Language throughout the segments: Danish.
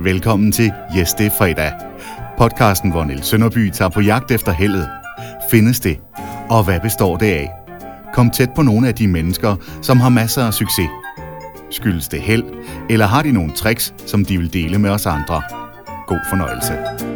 Velkommen til Yes, det er fredag. Podcasten, hvor Niels Sønderby tager på jagt efter heldet. Findes det? Og hvad består det af? Kom tæt på nogle af de mennesker, som har masser af succes. Skyldes det held, eller har de nogle tricks, som de vil dele med os andre? God fornøjelse.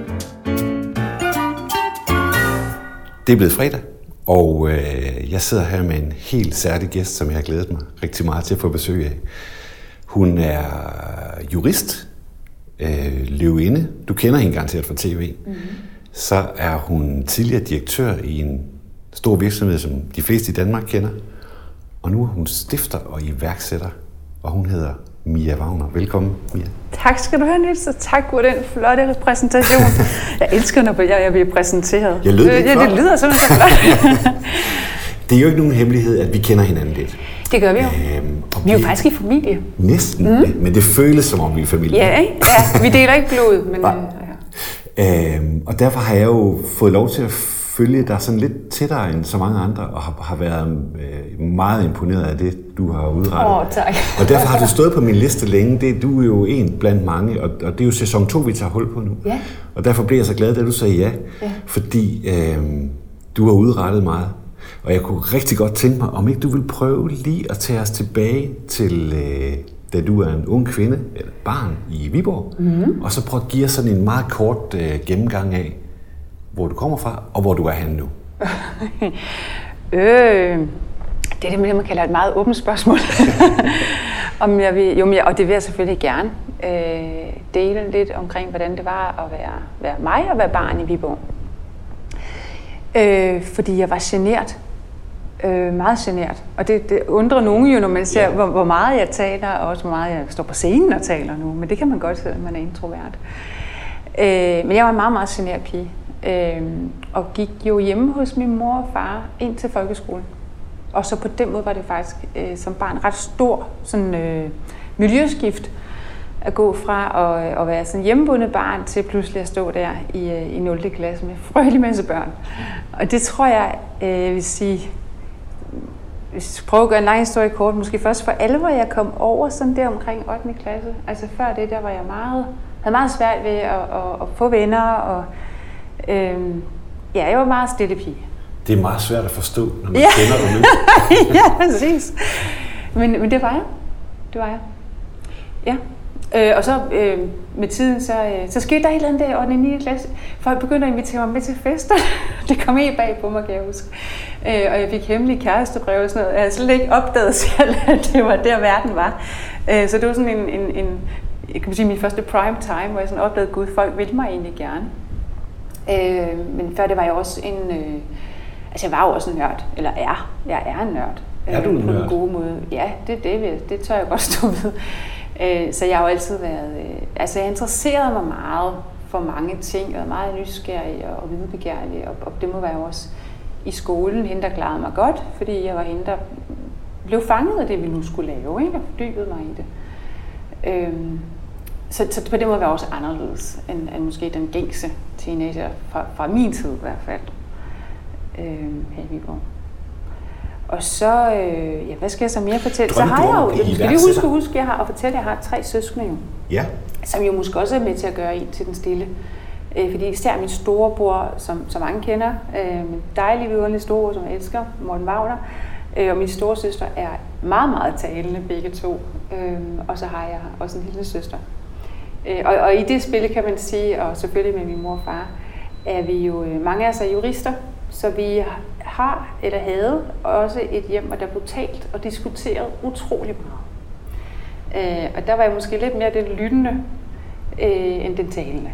Det er blevet fredag, og jeg sidder her med en helt særlig gæst, som jeg har glædet mig rigtig meget til at få besøg af. Hun er jurist, løvinde. Du kender hende garanteret fra tv. Mm-hmm. Så er hun tidligere direktør i en stor virksomhed, som de fleste i Danmark kender. Og nu er hun stifter og iværksætter, og hun hedder Mia Wagner. Velkommen, Mia. Tak skal du have, Niels, og tak for den flotte præsentation. Jeg elsker, når jeg bliver præsenteret. Jeg lød det det lyder simpelthen så flot. Det er jo ikke nogen hemmelighed, at vi kender hinanden lidt. Det gør vi jo. Vi er jo faktisk i familie. Næsten, men det føles som om vi er familie. Ja, ikke? Ja, vi deler ikke blod, men... Ja. Og derfor har jeg jo fået lov til at følge dig sådan lidt tættere end så mange andre, og har været meget imponeret af det, du har udrettet. Tak. Og derfor har du stået på min liste længe. Du er jo en blandt mange, og det er jo sæson 2, vi tager hul på nu. Ja. Og derfor blev jeg så glad, da du sagde ja. Fordi du har udrettet meget. Og jeg kunne rigtig godt tænke mig, om ikke du vil prøve lige at tage os tilbage til, da du er en ung kvinde, eller barn i Viborg, og så prøve at give os sådan en meget kort gennemgang af, hvor du kommer fra, og hvor du er henne nu. Det er det, man kalder et meget åbent spørgsmål. Om jeg vil, og det vil jeg selvfølgelig gerne dele lidt omkring, hvordan det var at være mig og være barn i Viborg. Fordi jeg var genert. Meget genert. Og det undrer nogen jo, når man ser, hvor meget jeg taler, og også hvor meget jeg står på scenen og taler nu. Men det kan man godt, selvom man er introvert. Men jeg var en meget, meget genert pige. Og gik jo hjemme hos min mor og far ind til folkeskolen. Og så på den måde var det faktisk som barn ret stor sådan, miljøskift at gå fra at være sådan hjemmebundet barn til pludselig at stå der i 0. klasse med frøhelig masse børn. Og det tror jeg vil sige, hvis jeg prøver at gøre en lang historie kort, måske først for alvor jeg kom over sådan der omkring 8. klasse. Altså før det, der var jeg havde meget svært ved at få venner, og jeg var meget stille pige. Det er meget svært at forstå, når man kender dig nu. Ja, præcis. Men det var jeg. Det var jeg. Ja. Og så med tiden, så skete der et eller andet der i 9. klasse. Folk begyndte at invitere mig med til fester. Det kom helt bag på mig, kan jeg huske. Og jeg fik hemmelige kærestebreve og sådan noget. Jeg havde slet ikke opdaget selv, at det var der, verden var. Så det var sådan jeg kan sige, min første prime time, hvor jeg sådan opdagede, at Gud, folk ville mig egentlig gerne. Men før det var jeg også jeg var jo også en nørd, eller er. Jeg er en nørd. Er du en nørd? På en god måde. Ja, det tør jeg godt stå ved. Så jeg har jo altid været... jeg interesserede mig meget for mange ting, og var meget nysgerrig og videbegærlig, og det må være også i skolen hende, der klarede mig godt, fordi jeg var hende, der blev fanget af det, vi nu skulle lave, ikke? Og fordybede mig i det. Så på det må være også anderledes end måske den gængse teenager fra min tid i hvert fald. Her i Viborg. Og så, hvad skal jeg så mere fortælle? Så har jeg jo, skal lige huske, jeg har at fortælle, at jeg har 3 søskende jo. Ja. Som jo måske også er med til at gøre en til den stille. Fordi især min storebror, som mange kender, min dejlige, vidunderlige storebror, som jeg elsker, Morten Wagner, og min storesøster er meget, meget talende, begge to. Og så har jeg også en lille søster. Og i det spil kan man sige, og selvfølgelig med min mor og far, er vi jo, mange af os er jurister, så vi har eller havde også et hjem, hvor der blev talt og diskuteret utrolig meget. Og der var jeg måske lidt mere den lyttende end den talende.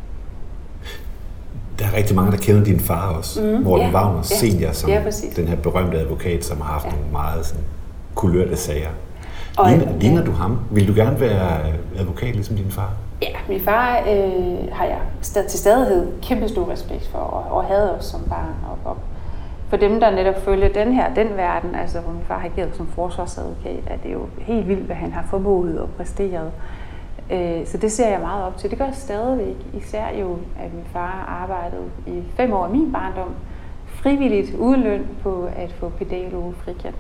Der er rigtig mange, der kender din far også, Morten Wagner senior, som den her berømte advokat, som har haft nogle meget sådan, kulørte sager. Ligner du ham? Vil du gerne være advokat ligesom din far? Ja, min far har jeg til stadighed kæmpe stor respekt for, og havde også som barn. Og for dem, der netop følger den verden, altså hvor min far har givet som forsvarsadvokat, er det jo helt vildt, hvad han har formået og præsteret. Så det ser jeg meget op til. Det gør jeg stadigvæk. Især jo, at min far arbejdede i 5 år af min barndom frivilligt uden løn på at få pedalo frikendt.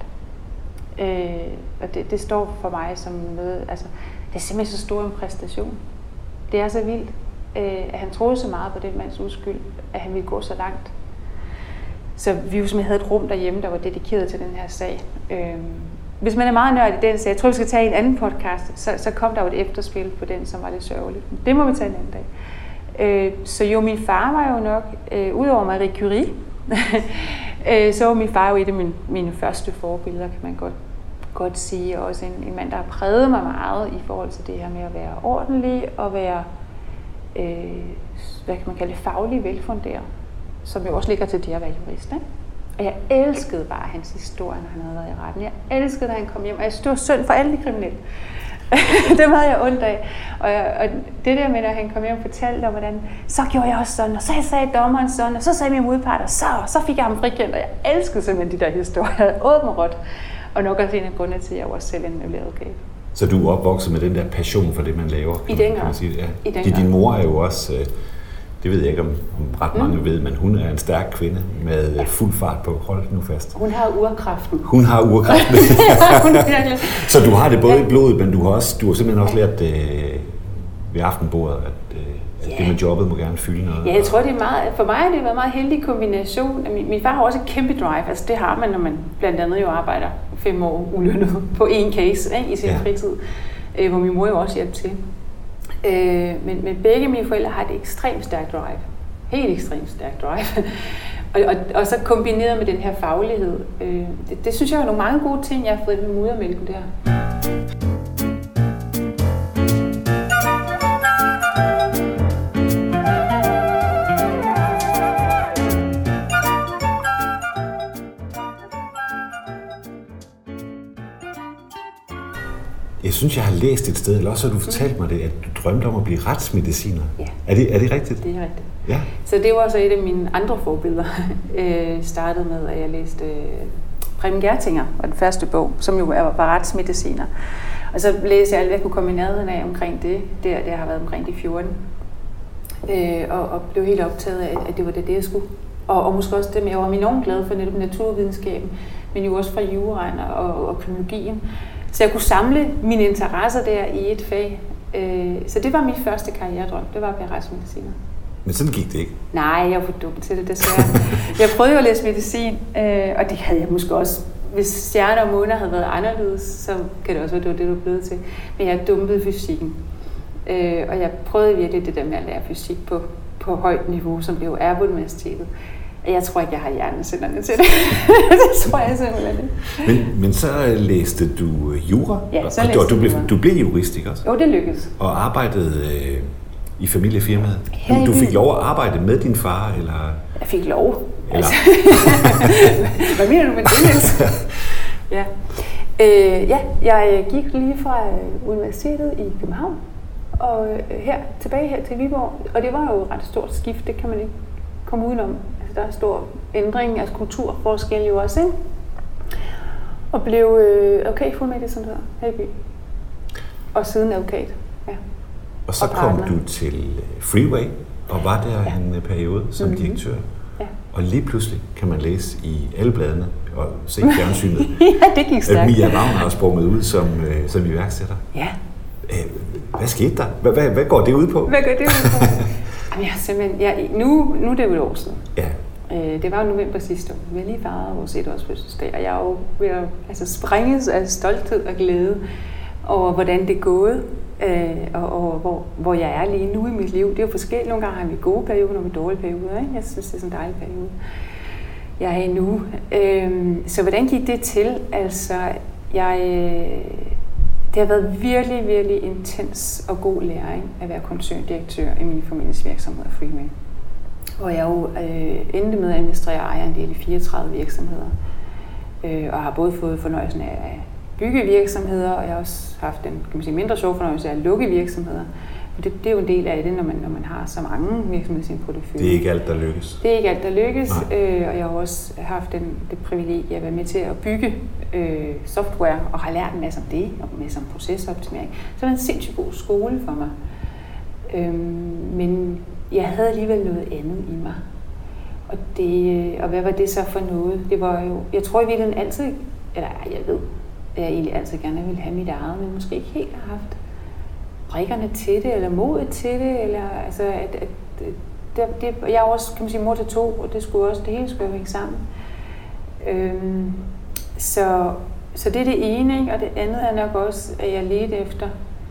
Og det står for mig som noget, altså det er simpelthen så stor en præstation. det er så vildt, at han troede så meget på den mands uskyld, at han ville gå så langt. Så vi jo simpelthen havde et rum derhjemme, der var dedikeret til den her sag. Hvis man er meget nørd i den sag, jeg tror, vi skal tage en anden podcast, så kom der jo et efterspil på den, som var lidt sørgeligt. Det må vi tage en anden dag. Så jo, min far var jo nok, udover Marie Curie, så var min far jo et af mine første forbilleder, kan man godt sige. Og også en mand, der har præget mig meget i forhold til det her med at være ordentlig og være, hvad kan man kalde det, faglig velfunderet, som jo også ligger til det at være jurist, ikke? Og jeg elskede bare hans historie, når han havde været i retten. Jeg elskede, da han kom hjem, og jeg stod synd for alle de kriminelle. Det havde jeg ondt af. Og det der med, at han kom hjem og fortalte om, hvordan, så gjorde jeg også sådan, og så sagde dommeren sådan, og så sagde min modpart, og så fik jeg ham frikendt, og jeg elskede simpelthen de der historier, åbent og råt. Og nok også en af grundene til, at jeg også selv blev advokat. Så du er opvokset med den der passion for det, man laver? I den grad. Ja. Din mor er jo også, det ved jeg ikke, om ret mange ved, men hun er en stærk kvinde med fuld fart på. Hold nu fast. Hun har urkraften. Hun har urkraften. Så du har det både i blodet, men du har simpelthen også lært ved aftenbordet, at det med jobbet må gerne fylde noget. Ja, jeg tror, det er meget, for mig har det været en meget heldig kombination. Min far har også et kæmpe drive, altså det har man, når man blandt andet jo arbejder 5 år ulønnet på én case, ikke, i sin fritid, hvor min mor jo også hjælper til. Men begge mine forældre har et ekstremt stærkt drive. Helt ekstremt stærkt drive. og så kombineret med den her faglighed. Det synes jeg er nogle mange gode ting, jeg har fået med modermælken der. Jeg synes, jeg har læst et sted, eller også har du fortalt mig det, at du drømte om at blive retsmediciner. Ja. Er det rigtigt? Det er rigtigt. Ja. Så det var så et af mine andre forbilleder. Startede med, at jeg læste Preben Gertinger, var den første bog, som jo var retsmediciner. Og så læste jeg alt, hvad jeg kunne komme i nærheden af omkring det. Det har været omkring de 14. Og blev helt optaget af, at det var det, jeg skulle. Og måske også det med, jeg var enormt glad for netop naturvidenskaben, men jo også fra juraen og kriminologien. Så jeg kunne samle mine interesser der i et fag. Så det var mit første karrieredrøm, det var at blive retsmediciner. Men sådan gik det ikke? Nej, jeg var for dum til det, desværre. Jeg prøvede jo at læse medicin, og det havde jeg måske også. Hvis stjerner og måner havde været anderledes, så kan det også være, det var det, du blev til. Men jeg dumpede fysikken. Og jeg prøvede virkelig det der med at lære fysik på højt niveau, som det jo er på universitetet. Jeg tror ikke, jeg har hjernecellerne til det. Det tror jeg simpelthen ikke. Men så læste du jura, ja, så og du blev jurist, ikke også? Jo, det lykkedes. Og arbejdede i familiefirmaet. Du fik lov at arbejde med din far, eller? Jeg fik lov. Eller? Altså. Hvad mener du med det, Niels? Ja. Jeg gik lige fra universitetet i København og tilbage her til Viborg. Og det var jo et ret stort skift, det kan man ikke komme udenom. Altså, der er stor ændring af kulturforskel jo også, ikke? Og blev advokatfuldmægtig, som det her i by. Og siden advokat, ja. Og så kom du til Freeway og var der en periode som direktør. Ja. Og lige pludselig kan man læse i alle bladene og se fjernsynet, ja, det gik stærkt. at Mia Wagner er sprunget ud som iværksætter. Ja. Hvad skete der? Hvad går det ud på? Hvad går det ud på? Jamen, jeg simpelthen, nu er det jo et år siden. Ja. Det var jo november sidste år. Vi har lige fejret vores 1-års fødselsdag, og jeg er jo ved at sprænges af stolthed og glæde over, hvordan det er gået, og hvor jeg er lige nu i mit liv. Det er jo forskelligt. Nogle gange har vi gode perioder, nogle dårlige perioder. Ikke? Jeg synes, det er sådan en dejlig periode, jeg er i nu. Så hvordan gik det til? Altså, det har været virkelig, virkelig intens og god læring at være koncerndirektør i min families virksomhed Freeway. Og jeg jo endte med at administrere ejerandel i 34 virksomheder. Og har både fået fornøjelsen af bygge virksomheder, og jeg har også haft den mindre sjov fornøjelse af at lukke virksomheder. Det er jo en del af det, når man har så mange virksomheder i sin portefølje. Det er ikke alt, der lykkes. Det er ikke alt, der lykkes, og jeg har også haft det privilegie at være med til at bygge software, og har lært en masse om det, og en masse om procesoptimering. Så det var en sindssygt god skole for mig. Men jeg havde alligevel noget andet i mig. Og hvad var det så for noget? Det var jo, jeg tror i virkeligheden altid, eller jeg ved, at jeg egentlig altid gerne ville have mit eget, men måske ikke helt har haft brikkerne til det, eller modet til det, eller altså, jeg er også, kan man sige, mor til 2, og det hele skulle jo hænge sammen. Så det er det ene, ikke? Og det andet er nok også, at jeg ledte efter,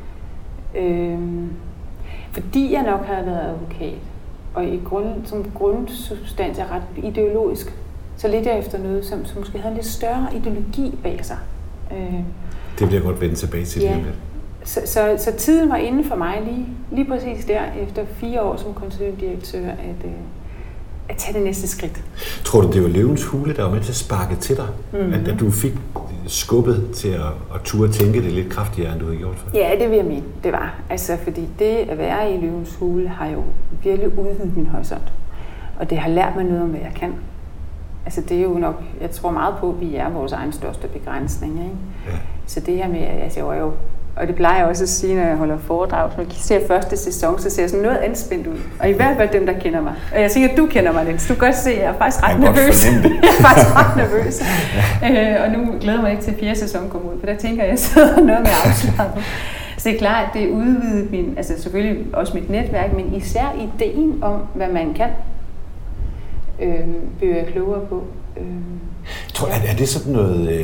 fordi jeg nok har været advokat, og som grundsubstans er ret ideologisk, så ledte jeg efter noget, som måske havde en lidt større ideologi bag sig. Det vil jeg godt vende tilbage til lige lidt. Så tiden var inde for mig lige præcis der, efter 4 år som konsulentdirektør, at tage det næste skridt. Tror du, det var Løvens Hule, der var med til at sparke til dig? Mm-hmm. At du fik skubbet til at turde tænke det lidt kraftigere, end du havde gjort før? Ja, det vil jeg mene, det var. Altså, fordi det at være i Løvens Hule har jo virkelig udvidet min horisont. Og det har lært mig noget om, hvad jeg kan. Altså, det er jo nok, jeg tror meget på, at vi er vores egen største begrænsning, ikke? Ja. Så det her med, altså jeg var jo, og det plejer jeg også at sige, når jeg holder foredrag, når jeg ser første sæson, så ser jeg sådan noget anspændt ud. Og i hvert fald dem, der kender mig. Og jeg tænker, at du kender mig, Niels. Du kan godt se, at jeg er faktisk ret nervøs. Jeg er faktisk ret nervøs. Og nu glæder mig ikke til 4. sæson kommer ud, for der tænker jeg, at jeg sidder noget med afslappet. Så det er klart, at det udvidet min, altså selvfølgelig også mit netværk, men især ideen om, hvad man kan, bliver jeg klogere på. Er det sådan noget...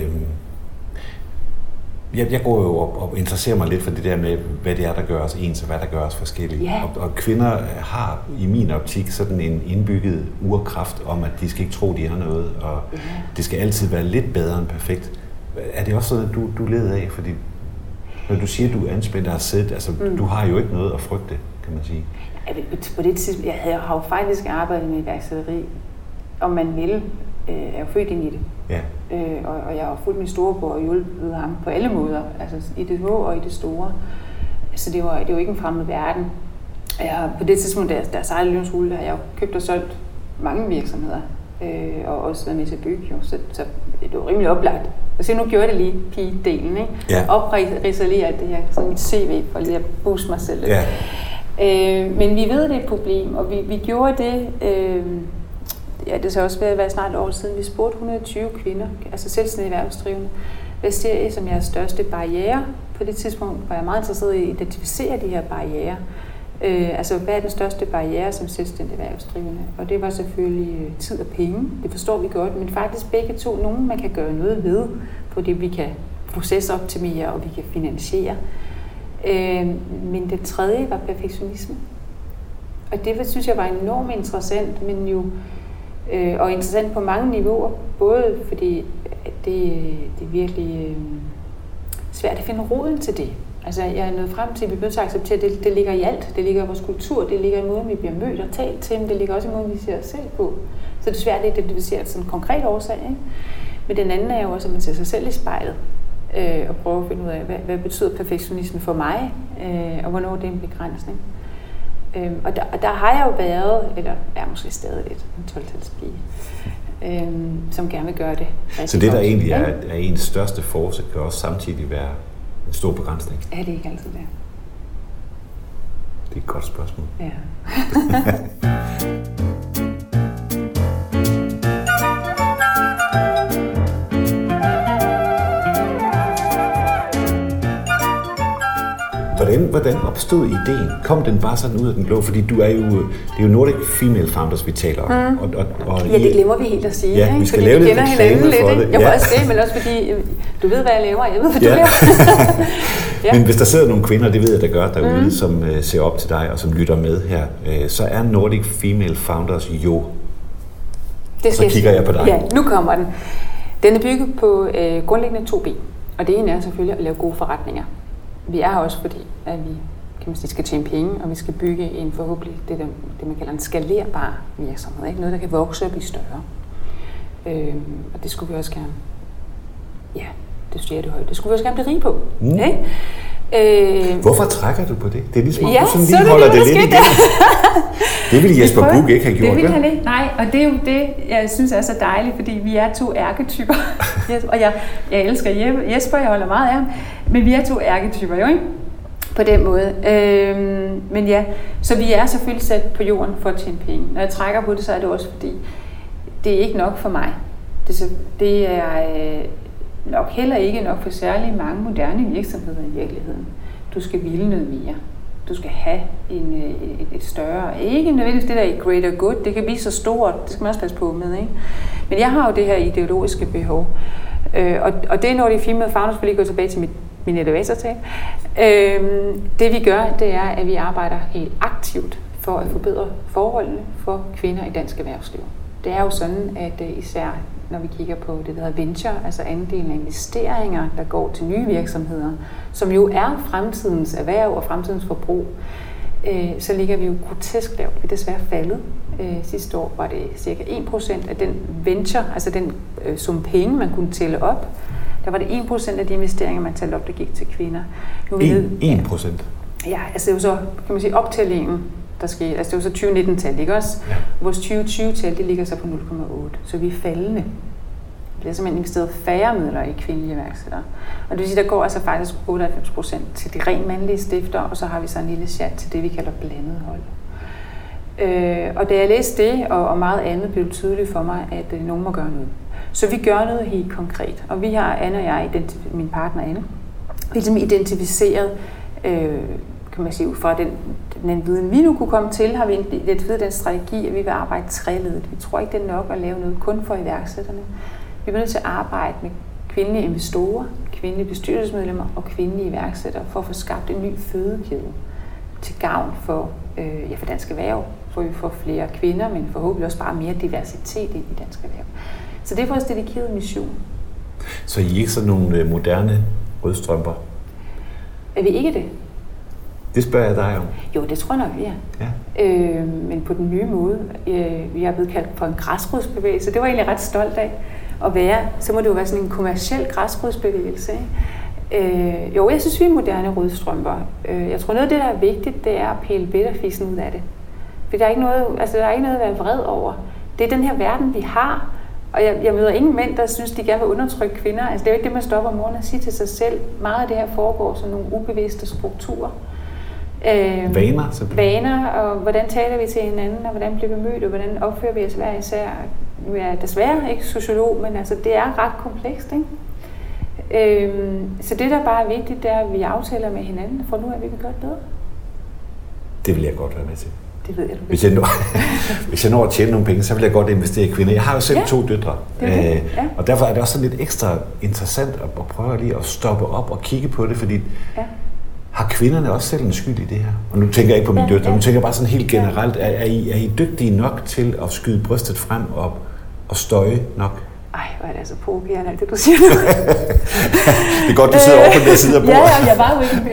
Jeg går jo og interesserer mig lidt for det der med, hvad det er, der gør os ens, og hvad der gør os forskellige. Yeah. Og kvinder har i min optik sådan en indbygget urkraft om, at de skal ikke tro, de er noget, og det skal altid være lidt bedre end perfekt. Er det også sådan, at du leder af? Fordi når du siger, at du er anspændt og har siddet, altså du har jo ikke noget at frygte, kan man sige. På det tidspunkt, jeg har jo faktisk arbejdet med iværksætteri, om man vil. Jeg er jo født ind i det. Ja. Og jeg har fulgt min storebror og hjulpet ham på alle måder, altså i det små og i det store. Så det var jo ikke en fremmed verden. På det tidspunkt, da jeg sejlede Løvens Hule, har jeg jo købt og solgt mange virksomheder, og også været med til at bygge. Jo. Så det var rimelig oplagt. Og så nu gjorde jeg det lige pigedelen, ikke? Ja. Oprisalere det her, sådan mit CV, for lige at booste mig selv. Ja. Men vi ved, det er et problem, og vi gjorde det... Ja, det har også været snart et år siden. Vi spurgte 120 kvinder, altså selvstændige erhvervsdrivende, hvad ser I som jeres største barriere? På det tidspunkt var jeg meget interesseret i at identificere de her barrierer. Altså, hvad er den største barriere som selvstændig erhvervsdrivende? Og det var selvfølgelig tid og penge. Det forstår vi godt, men faktisk begge to nogen, man kan gøre noget ved, fordi vi kan procesoptimere og vi kan finansiere. Men det tredje var perfektionisme. Og det synes jeg var enormt interessant, men jo og interessant på mange niveauer, både fordi det er virkelig svært at finde roden til det. Altså jeg er nået frem til, at vi bliver til at acceptere, at det ligger i alt. Det ligger i vores kultur, det ligger i måden, vi bliver mødt og talt til, men det ligger også i måden, vi ser os selv på. Så det er svært at identificere sådan en konkret årsag, ikke? Men den anden er jo også, at man ser sig selv i spejlet og prøver at finde ud af, hvad betyder perfektionisme for mig, og hvornår det er en begrænsning. Og der har jeg jo været, eller er måske stadig lidt, en 12-talspige, som gerne vil gøre det. Så det, der egentlig er ens største force, kan også samtidig være en stor begrænsning? Ja, det er ikke altid det. Det er et godt spørgsmål. Ja. Hvordan opstod ideen? Kom den bare sådan ud af den blå? Fordi det er jo Nordic Female Founders, vi taler om. Ja, det glemmer vi helt at sige. Ja, vi skal lave lidt reklame for det. Jeg må også det, men også fordi du ved, hvad jeg laver, jeg ved, hvad du laver. Ja. Men hvis der sidder nogle kvinder, det ved jeg, der gør derude, som ser op til dig og som lytter med her, så er Nordic Female Founders jo. Så kigger jeg på dig. Ja, nu kommer den. Den er bygget på grundlæggende 2 ben. Og det ene er selvfølgelig at lave gode forretninger. Vi er her også fordi, at vi kan man sige, skal tjene penge, og vi skal bygge en forhåbentlig, det man kalder en skalerbar virksomhed. Ikke? Noget, der kan vokse og blive større. Og det skulle vi også gerne, ja, det styrer det højt, det skulle vi også gerne blive rige på. Ikke? Hvorfor trækker du på det? Det er ligesom, du sådan lige holder det lidt igen. Det ville Jesper Buch ikke have gjort, det ville han ikke. Nej, og det er jo det, jeg synes er så dejligt, fordi vi er 2 ærketyper. Og jeg elsker Jesper, jeg holder meget af ham, men vi er 2 ærketyper jo, ikke? På den måde. Men ja, så vi er selvfølgelig sat på jorden for at tjene penge. Når jeg trækker på det, så er det også fordi, det er ikke nok for mig. Det er nok heller ikke nok for særlig mange moderne virksomheder i virkeligheden. Du skal ville noget mere. Du skal have et større, ikke nødvendigvis det der i greater good, det kan blive så stort, det skal man også passe på med, ikke? Men jeg har jo det her ideologiske behov, og det er når det er fint med Founders, for lige gå tilbage til min elevatortale. Det vi gør, det er, at vi arbejder helt aktivt for at forbedre forholdene for kvinder i dansk erhvervsliv. Det er jo sådan, at især når vi kigger på det, der hedder venture, altså andelen af investeringer, der går til nye virksomheder, som jo er fremtidens erhverv og fremtidens forbrug, så ligger vi jo grotesk lavt. Vi er desværre faldet. Sidste år var det cirka 1% af den venture, altså den sum penge, man kunne tælle op. Der var det 1% af de investeringer, man talte op, der gik til kvinder. Nu 1%? Ja, altså det er jo så, kan man sige, optællingen, der sker. Altså det er jo så 2019-tal, ikke også? Ja. Vores 2020-tal, det ligger så på 0,8. Så vi er faldende. Det er simpelthen investeret færre midler i kvindelige iværksættere. Og det vil sige, der går altså faktisk 98% til de rent mandlige stifter, og så har vi så en lille chat til det, vi kalder blandet hold. Og da jeg læste det, og meget andet, blev det tydeligt for mig, at nogen må gøre noget. Så vi gør noget helt konkret. Og vi har, Anne og jeg, min partner Anne, ligesom identificeret, kan man sige, fra den viden, vi nu kunne komme til, har vi identificeret den strategi, at vi vil arbejde treledet. Vi tror ikke, det er nok at lave noget kun for iværksætterne. Vi er nødt til at arbejde med kvindelige investorer, kvindelige bestyrelsesmedlemmer og kvindelige iværksættere for at få skabt en ny fødekæde til gavn for dansk erhverv, for vi får flere kvinder, men forhåbentlig også bare mere diversitet i dansk erhverv. Så det er vores dedikerede mission. Så I er ikke sådan nogle moderne rødstrømper? Er vi ikke det? Det spørger jeg dig om. Jo, det tror jeg nok, vi er. Ja. Men på den nye måde. Vi er blevet kaldt for en græsrodsbevægelse. Det var jeg egentlig ret stolt af at være. Så må det jo være sådan en kommerciel græsrodsbevægelse. Jo, jeg synes, vi er moderne rødstrømper. Jeg tror, noget af det, der er vigtigt, det er at pille bitterfissen ud af det. For der er ikke noget at være vred over. Det er den her verden, vi har. Og jeg møder ingen mænd, der synes, de gerne vil undertrykke kvinder. Altså, det er jo ikke det, man stopper om morgenen og siger til sig selv. Meget af det her foregår som nogle ubevidste strukturer. Vaner, simpelthen. Vaner, og hvordan taler vi til hinanden, og hvordan bliver vi mødt, og hvordan opfører vi os hver især. Nu er jeg desværre ikke sociolog, men altså, det er ret komplekst, ikke? Så det, der bare er vigtigt, det er, at vi aftaler med hinanden, for nu er vi gøre det bedre. Det vil jeg godt være med til. Det ved jeg, du hvis jeg når at tjene nogle penge, så vil jeg godt investere i kvinder. Jeg har jo selv 2 døtre, og derfor er det også sådan lidt ekstra interessant at prøve lige at stoppe op og kigge på det, fordi har kvinderne også selv en skyld i det her? Og nu tænker jeg ikke på mine døtre, nu tænker jeg bare sådan helt generelt, er I dygtige nok til at skyde brystet frem og støje nok? Ej, hvor er det altså provokerende, alt det du siger nu. Det er godt, du sidder over på den der side af bordet. Ja, jeg var jo ikke en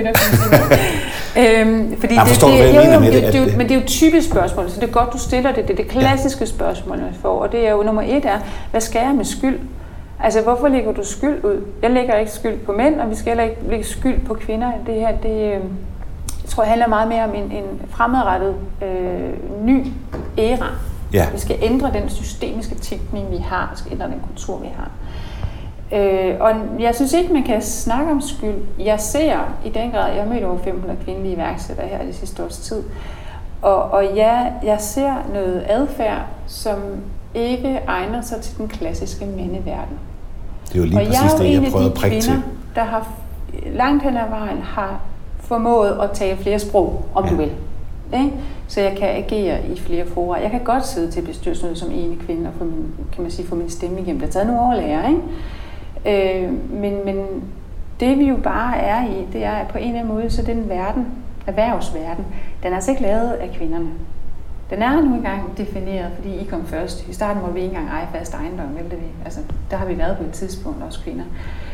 fordi men det er jo et typisk spørgsmål, så det er godt, du stiller det. Det er det klassiske spørgsmål, man får, og det er jo nummer 1 er, hvad skal jeg med skyld? Altså, hvorfor lægger du skyld ud? Jeg lægger ikke skyld på mænd, og vi skal heller ikke lægge skyld på kvinder. Det her, jeg tror, det handler meget mere om en fremadrettet ny æra. Ja. Vi skal ændre den systemiske tænkning, vi har. Vi skal ændre den kultur, vi har. Og jeg synes ikke, man kan snakke om skyld. Jeg ser i den grad, jeg har mødt over 500 kvindelige iværksættere her det sidste års tid. Og jeg ser noget adfærd, som ikke egner sig til den klassiske mandeverden. Det er jo lige præcis det, jeg prøvede at prikke til. Og jeg er jo en af de kvinder, der har langt hen ad vejen har formået at tale flere sprog, om du vil. Ikke? Så jeg kan agere i flere fora. Jeg kan godt sidde til bestyrelsen som ene kvinde og få min stemme igennem. Det har taget nogle år at lære, ikke? Men det vi jo bare er i, det er at på en eller anden måde, så den verden, erhvervsverden, den er altså ikke lavet af kvinderne. Den er nu engang defineret, fordi I kom først. I starten må vi ikke engang eje fast ejendom, vel? Altså, der har vi været på et tidspunkt, også kvinder.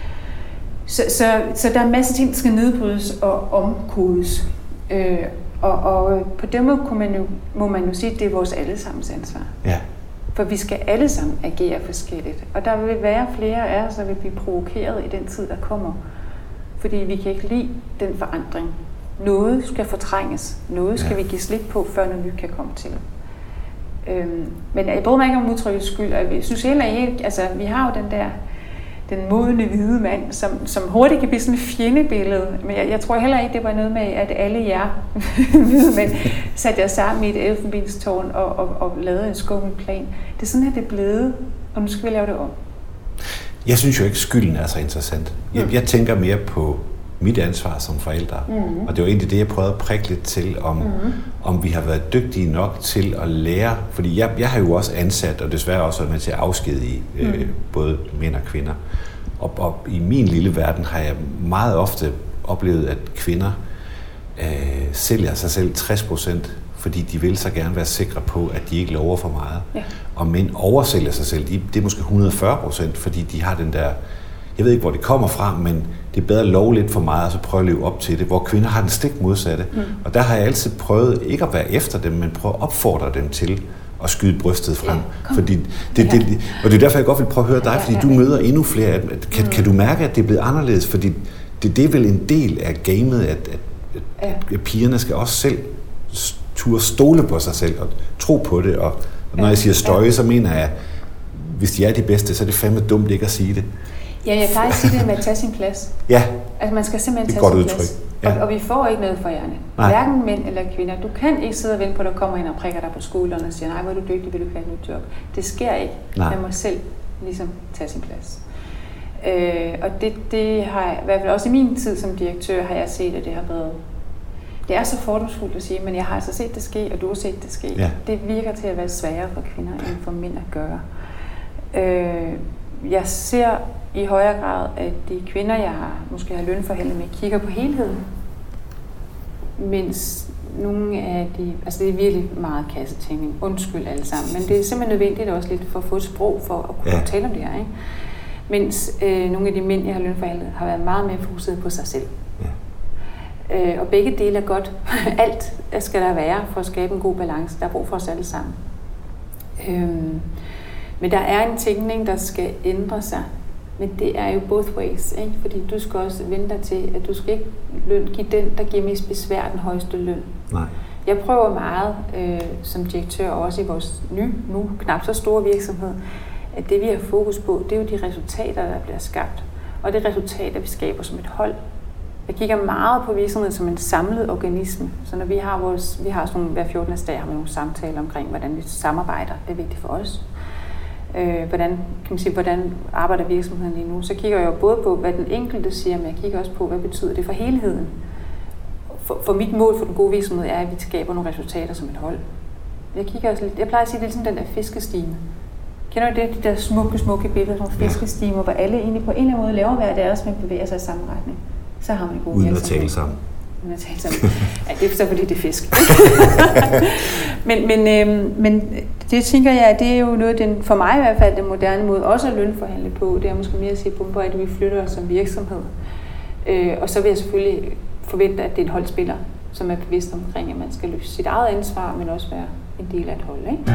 Så der er en masse ting, der skal nedbrydes og omkodes. Og på den måde må man jo sige, at det er vores allesammens ansvar. Ja. For vi skal alle sammen agere forskelligt. Og der vil være flere af os, der vil blive provokeret i den tid, der kommer. Fordi vi kan ikke lide den forandring. Noget skal fortrænges. Noget skal vi give slip på, før noget nyt kan komme til. Men jeg bryder mig ikke om udtrykket skyld. Jeg synes heller ikke, altså vi har jo den modne hvide mand, som hurtigt kan blive sådan et fjendebillede. Men jeg tror heller ikke, det var noget med, at alle jer hvide mænd satte jer sammen i et elfenbenstårn og lavede en skummel plan. Det er sådan, at det er blevet, og nu skal vi lave det om. Jeg synes jo ikke, skylden er så interessant. Jeg tænker mere på mit ansvar som forældre. Og det var egentlig det, jeg prøvede at prikke lidt til, om vi har været dygtige nok til at lære. Fordi jeg har jo også ansat, og desværre også været med til at afskedige både mænd og kvinder. Og i min lille verden har jeg meget ofte oplevet, at kvinder sælger sig selv 60%, fordi de vil så gerne være sikre på, at de ikke lover for meget. Ja. Og mænd oversælger sig selv. Det er måske 140%, fordi de har den der, jeg ved ikke, hvor det kommer fra, men det er bedre at love lidt for meget, og så prøve at leve op til det, hvor kvinder har den stik modsatte. Og der har jeg altid prøvet ikke at være efter dem, men prøve at opfordre dem til at skyde brystet frem. Ja, fordi og det er derfor, jeg godt vil prøve at høre dig, fordi du møder endnu flere. Kan du mærke, at det er blevet anderledes? Fordi det er vel en del af gamet, at pigerne skal også selv turde stole på sig selv og tro på det. Og når jeg siger støje, så mener jeg, hvis de er de bedste, så er det fandme dumt ikke at sige det. Ja, jeg plejer at sige det med at tage sin plads. Ja. Altså man skal simpelthen tage sin plads. Ja. Og vi får ikke noget for hjernen. Hverken mænd eller kvinder. Du kan ikke sidde og vente på, at der kommer en og prikker dig på skulderen og siger, nej, hvor er du dygtig, vil du have et nyt job. Det sker ikke. Man må selv ligesom tage sin plads. Og det har jeg, i hvert fald også i min tid som direktør, har jeg set, at det har været. Det er så fordomsfuldt at sige, men jeg har altså set det ske, og du har set det ske. Ja. Det virker til at være sværere for kvinder end for mænd at gøre. Jeg ser i højere grad, at de kvinder, jeg måske har lønforhandlet med, kigger på helheden. Mens nogle af de, altså det er virkelig meget kassetænkning, undskyld alle sammen, men det er simpelthen nødvendigt også lidt for at få et sprog for at kunne tale om det her, ikke? Mens nogle af de mænd, jeg har lønforhandlet, har været meget mere fokuseret på sig selv. Og begge dele er godt. Alt skal der være for at skabe en god balance. Der er brug for os alle sammen. Men der er en tænkning, der skal ændre sig. Men det er jo both ways, ikke? Fordi du skal også vente dig til, at du skal ikke give den, der giver mest besvær, den højeste løn. Nej. Jeg prøver meget som direktør, også i vores nu knap så store virksomhed, at det vi har fokus på, det er jo de resultater, der bliver skabt. Og det resultater, vi skaber som et hold. Jeg kigger meget på virksomheden som en samlet organisme. Så når vi har sådan nogle, hver 14. dag har vi nogle samtaler omkring, hvordan vi samarbejder. Det er vigtigt for os. Hvordan arbejder virksomheden lige nu? Så kigger jeg jo både på, hvad den enkelte siger, men jeg kigger også på, hvad betyder det for helheden. For mit mål for den gode virksomhed er, at vi skaber nogle resultater som et hold. Jeg plejer at sige, det er sådan den der fiskestime. Kender du det? De der smukke billeder, nogle fiskestimer, hvor alle egentlig på en eller anden måde laver hver deres, men bevæger sig i samme retning. Så har man en god virksomhed. Uden at tale sammen. Ja, det er så fordi det er fisk. men det tænker jeg, det er jo noget, for mig i hvert fald, den moderne måde også at lønforhandle på. Det er måske mere at se på, hvor vi flytter os som virksomhed. Og så vil jeg selvfølgelig forvente, at det er en holdspiller, som er bevidst omkring, at man skal løse sit eget ansvar, men også være en del af et hold, ikke?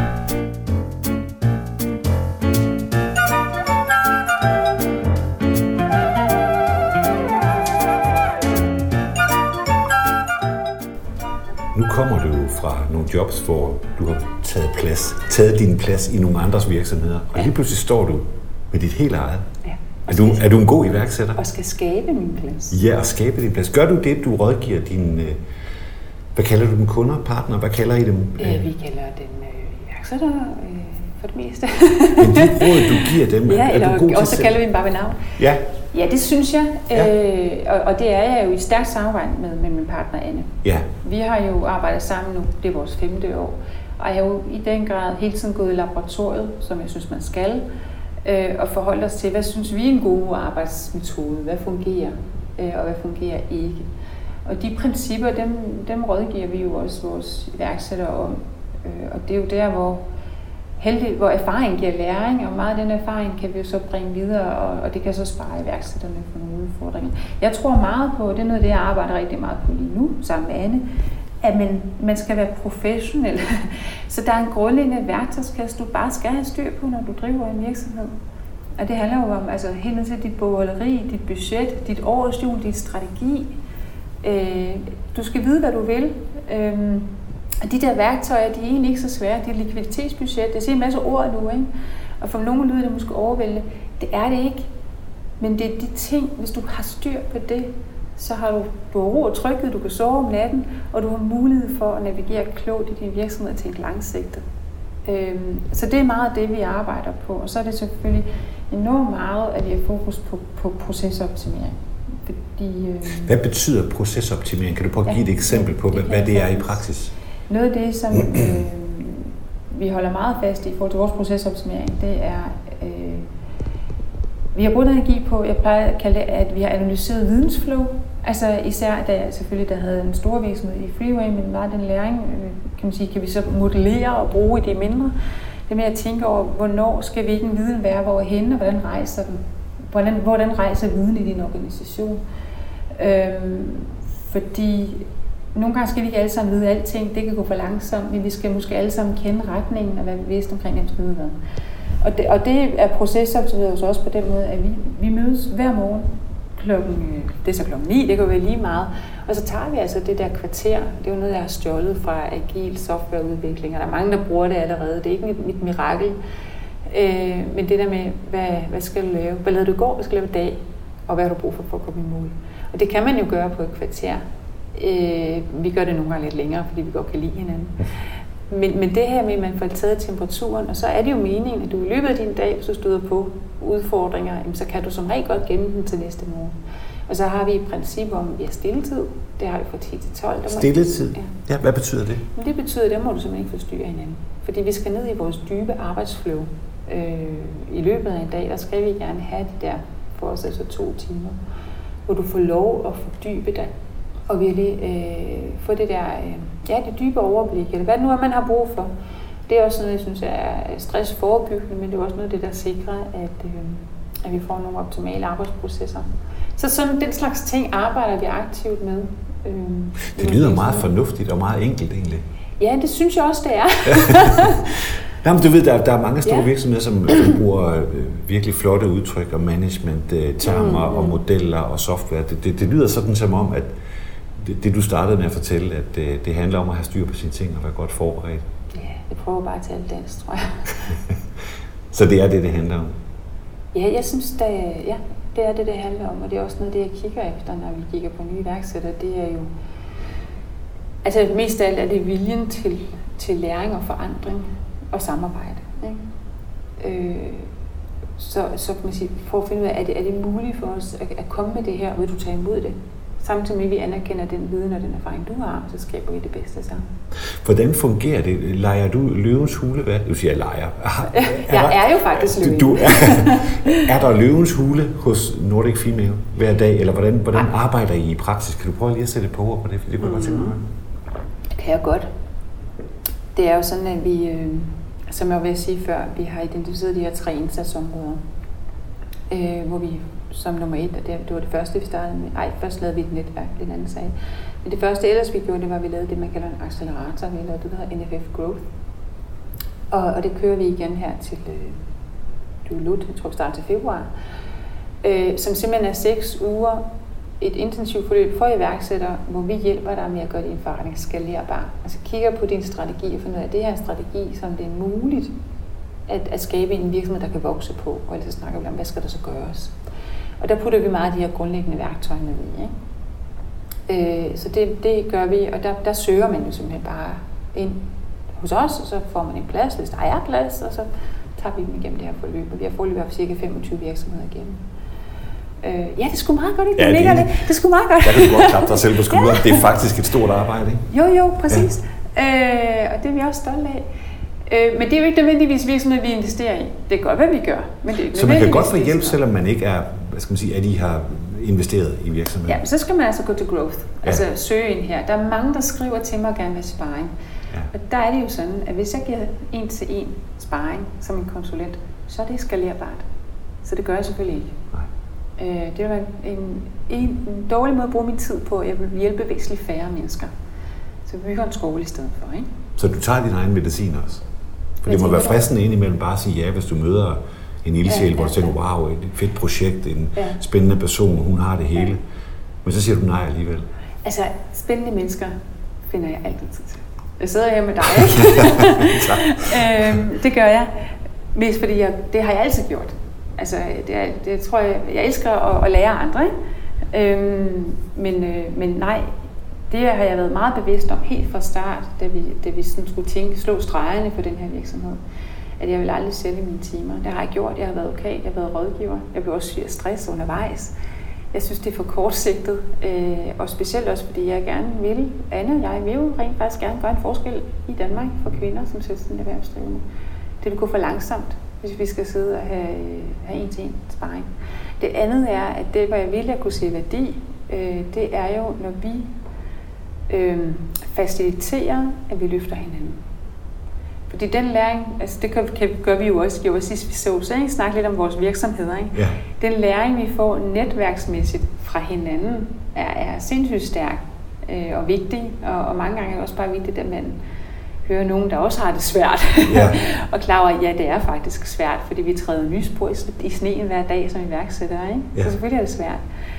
Nu kommer du jo fra nogle jobs, hvor du har taget din plads i nogle andres virksomheder, og lige pludselig står du med dit helt eget. Ja. Er du en god iværksætter? Og skal skabe min plads. Ja, og skabe din plads. Gør du det, du rådgiver dine, hvad kalder du dem, kunder, partner? Hvad kalder I dem? Vi kalder dem iværksætter for det meste. Men de råd, du giver dem, er du god til så kalder vi dem bare ved navn. Ja. Ja, det synes jeg, og det er jeg jo i stærkt samarbejde med min partner Anne. Ja. Vi har jo arbejdet sammen nu, det er vores 5. år, og jeg har jo i den grad hele tiden gået i laboratoriet, som jeg synes, man skal, og forholdt os til, hvad synes vi er en god arbejdsmetode, hvad fungerer, og hvad fungerer ikke. Og de principper, dem rådgiver vi jo også vores iværksættere om, og det er jo der, hvor erfaring giver læring, og meget af den erfaring kan vi jo så bringe videre, og det kan så spare iværksætterne for nogle udfordringer. Jeg tror meget på, det er noget, det jeg arbejder rigtig meget på lige nu, sammen med Anne, at man skal være professionel. Så der er en grundlæggende værktøjskasse, du bare skal have styr på, når du driver en virksomhed. Og det handler jo om helt ned til dit bogholderi, dit budget, dit årshjul, dit strategi. Du skal vide, hvad du vil. Og de der værktøjer, de er egentlig ikke så svære. Det er likviditetsbudget. Jeg siger en masse ord nu, ikke? Og for nogen lyder det måske overvældende. Det er det ikke. Men det er de ting, hvis du har styr på det, så har du ro og tryghed, du kan sove om natten, og du har mulighed for at navigere klogt i din virksomhed og tænke langsigtet. Så det er meget det, vi arbejder på. Og så er det selvfølgelig enormt meget, at vi har fokus på procesoptimering. Hvad betyder procesoptimering? Kan du prøve at give et eksempel på, hvad det er i praksis? Noget af det, som vi holder meget fast i forhold til vores procesoptimering, det er, vi har brugt energi på, jeg plejer at kalde det, at vi har analyseret vidensflow. Altså især, da jeg selvfølgelig havde en stor virksomhed i Freeway, men meget den læring, kan man sige, kan vi så modellere og bruge i de mindre. Det med at tænke over, hvornår skal hvilken viden være, hvorhen, og hvordan rejser den? Hvordan rejser viden i din organisation? Fordi nogle gange skal vi ikke alle sammen vide alting, det kan gå for langsomt, men vi skal måske alle sammen kende retningen og være bevidst omkring dem, skal vide hvad. Og det er procesoptimeret hos os på den måde, at vi mødes hver morgen det er så klokken 9, det kan jo være lige meget. Og så tager vi altså det der kvarter, det er jo noget, jeg har stjålet fra agil softwareudvikling, og der er mange, der bruger det allerede, det er ikke mit mirakel. Men det der med, hvad skal du lave? Hvad lavede du i går, hvad skal du lave i dag? Og hvad har du brug for at komme i mål? Og det kan man jo gøre på et kvarter. Vi gør det nogle gange lidt længere, fordi vi godt kan lide hinanden. Men det her med, at man får taget temperaturen, og så er det jo meningen, at du i løbet af din dag, hvis du støder på udfordringer, så kan du som regel godt gemme den til næste morgen. Og så har vi et princip om, at vi har stilletid. Det har vi fra 10 til 12. Stilletid? Ja, hvad betyder det? Men det betyder, at der må du simpelthen ikke forstyrre hinanden. Fordi vi skal ned i vores dybe arbejdsflow. I løbet af en dag, der skal vi gerne have de der, for os altså 2 timer, hvor du får lov at fordybe dig. Og virkelig få det der, det dybe overblik, eller hvad det nu er, man har brug for. Det er også noget, jeg synes er stressforebyggende, men det er også noget af det, der sikrer, at vi får nogle optimale arbejdsprocesser. Så sådan den slags ting arbejder vi aktivt med. Det lyder meget fornuftigt og meget enkelt egentlig. Ja, det synes jeg også, det er. Jamen, du ved, der er mange store virksomheder, som bruger virkelig flotte udtryk og management-termer og modeller og software. Det lyder sådan som om, at det du startede med at fortælle, at det handler om at have styr på sine ting og være godt forberedt. Ja, jeg prøver bare at tale dansk, tror jeg. Så det er det handler om? Ja, jeg synes, det er det handler om, og det er også noget, det jeg kigger efter, når vi kigger på nye iværksættere. Det er jo, altså mest af alt er det viljen til læring og forandring og samarbejde. Ikke? Så kan man sige, for at finde ud af, er det muligt for os at komme med det her, og vil du tage imod det? Samtidig med, at vi anerkender den viden og den erfaring, du har, så skaber vi det bedste sammen. Hvordan fungerer det? Leger du løvens hule? Hvad? Du siger, jeg leger. Jeg er jo faktisk løven. Er der løvens hule hos Nordic Female hver dag, eller hvordan arbejder I i praksis? Kan du prøve lige at sætte et par ord på det? For det kunne jeg godt tænke mig. Det kan jeg godt. Det er jo sådan, at vi, som jeg vil sige før, vi har identificeret de her 3 indsatsområder, hvor vi som nummer 1, og det var det første, vi startede med. Først lavede vi et netværk, den anden sag. Men det første ellers, vi gjorde, det var, at vi lavede det, man kalder en accelerator. Vi lavede det, der hedder NFF Growth. Og det kører vi igen her til jeg tror, vi starter til februar. Som simpelthen er 6 uger et intensivt forløb for iværksættere, hvor vi hjælper dig med at gøre din forretning skalerbar. Altså kigger på din strategi og finder ud af, at det her er en strategi, som det er muligt at skabe en virksomhed, der kan vokse på. Og ellers snakker vi om, hvad skal der så gøres? Og der putter vi meget af de her grundlæggende værktøjer ned i. Ikke? Så det gør vi, og der søger man jo simpelthen bare ind hos os, og så får man en plads, hvis der er plads, og så tager vi dem igennem det her forløb. Og vi har forløbet haft cirka 25 virksomheder igennem. Ja, det er sgu meget godt, ikke? Ja, det er sgu meget godt. Der kan du godt klappe dig selv på skulderen. Det er faktisk et stort arbejde, ikke? Jo, præcis. Ja. Og det er vi også stolte af. Men det er jo ikke nødvendigvis virksomheder, vi investerer i. Det er godt, hvad vi gør. Men det er ikke så man kan godt få hjælp, selvom man ikke er, at I har investeret i virksomheden? Ja, så skal man altså gå til growth. Altså søge ind her. Der er mange, der skriver til mig og gerne vil sparring. Ja. Og der er det jo sådan, at hvis jeg giver 1-til-1 sparring som en konsulent, så er det skalerbart. Så det gør jeg selvfølgelig ikke. Nej. Det var en dårlig måde at bruge min tid på. Jeg vil hjælpe væsentligt færre mennesker. Så vi bygger en skole i stedet for, ikke? Så du tager din egen medicin også? For det må være fristende indimellem bare at sige ja, hvis du møder en ildsjæl, hvor du tænker, wow, et fedt projekt, en spændende person, hun har det hele. Men så siger du nej alligevel. Altså, spændende mennesker finder jeg altid tid til. Jeg sidder her med dig, ikke? Det gør jeg. Mest fordi det har jeg altid gjort. Altså, det tror jeg elsker at lære andre, ikke? Men nej, det har jeg været meget bevidst om helt fra start, da vi sådan skulle slå stregerne på den her virksomhed. At jeg vil aldrig sælge mine timer. Det har jeg gjort. Jeg har været okay. Jeg har været rådgiver. Jeg blev også syg af stress undervejs. Jeg synes, det er for kortsigtet, og specielt også, fordi Anne og jeg vil jo rent faktisk gerne gøre en forskel i Danmark for kvinder som selvstændige erhvervsdrivende. Det vil gå for langsomt, hvis vi skal sidde og have en-til-en sparring. Det andet er, at det, hvor jeg vil at kunne se værdi, det er jo, når vi faciliterer, at vi løfter hinanden. Fordi den læring, altså det gør vi jo også, det var sidst vi så ikke? Snakke lidt om vores virksomheder. Ikke? Ja. Den læring, vi får netværksmæssigt fra hinanden, er sindssygt stærk og vigtig, og mange gange er det også bare vigtigt, at man hører nogen, der også har det svært, ja. Og klar over, at ja, det er faktisk svært, fordi vi træder lys på i sneen hver dag som iværksættere, ikke? Ja. Så selvfølgelig er det svært.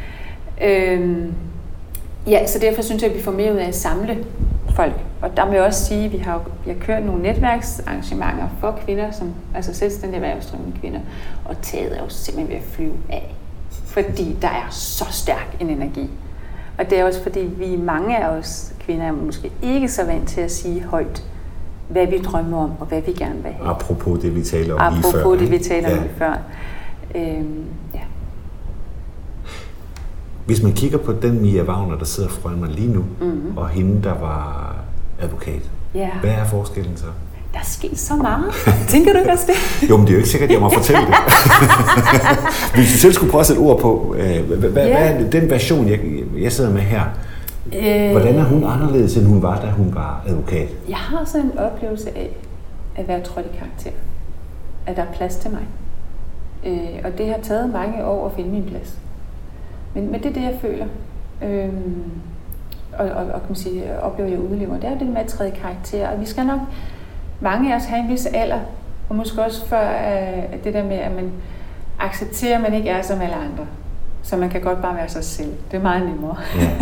Ja, så derfor synes jeg, at vi får mere ud af at samle folk. Og der må jeg også sige, at vi har kørt nogle netværksarrangementer for kvinder, altså selvstændige erhvervsdrivende kvinder, og taget er jo simpelthen ved at flyve af. Fordi der er så stærk en energi. Og det er også fordi, vi mange af os kvinder er måske ikke så vant til at sige højt, hvad vi drømmer om, og hvad vi gerne vil have. Apropos det, vi taler om lige før. Apropos det, vi taler om lige før. Ja. Hvis man kigger på den Mia Wagner, der sidder foran mig lige nu, og hende, der var advokat, hvad er forskellen så? Der er sket så meget. Tænker du ikke også det? Jo, men det er jo ikke sikkert, at jeg må fortælle det. Hvis du selv skulle prøve at sætte ord på, hvad er den version, jeg sidder med her? Hvordan er hun anderledes, end hun var, da hun var advokat? Jeg har sådan en oplevelse af at være trådt i karakter. At der er plads til mig. Og det har taget mange år at finde min plads. Men det er det, jeg føler. Og kan man sige, oplever jeg udlever. Det er det med at træde i karakter. Og vi skal nok, mange af os, have en vis alder. Og måske også for det der med, at man accepterer, at man ikke er som alle andre. Så man kan godt bare være sig selv. Det er meget nemmere.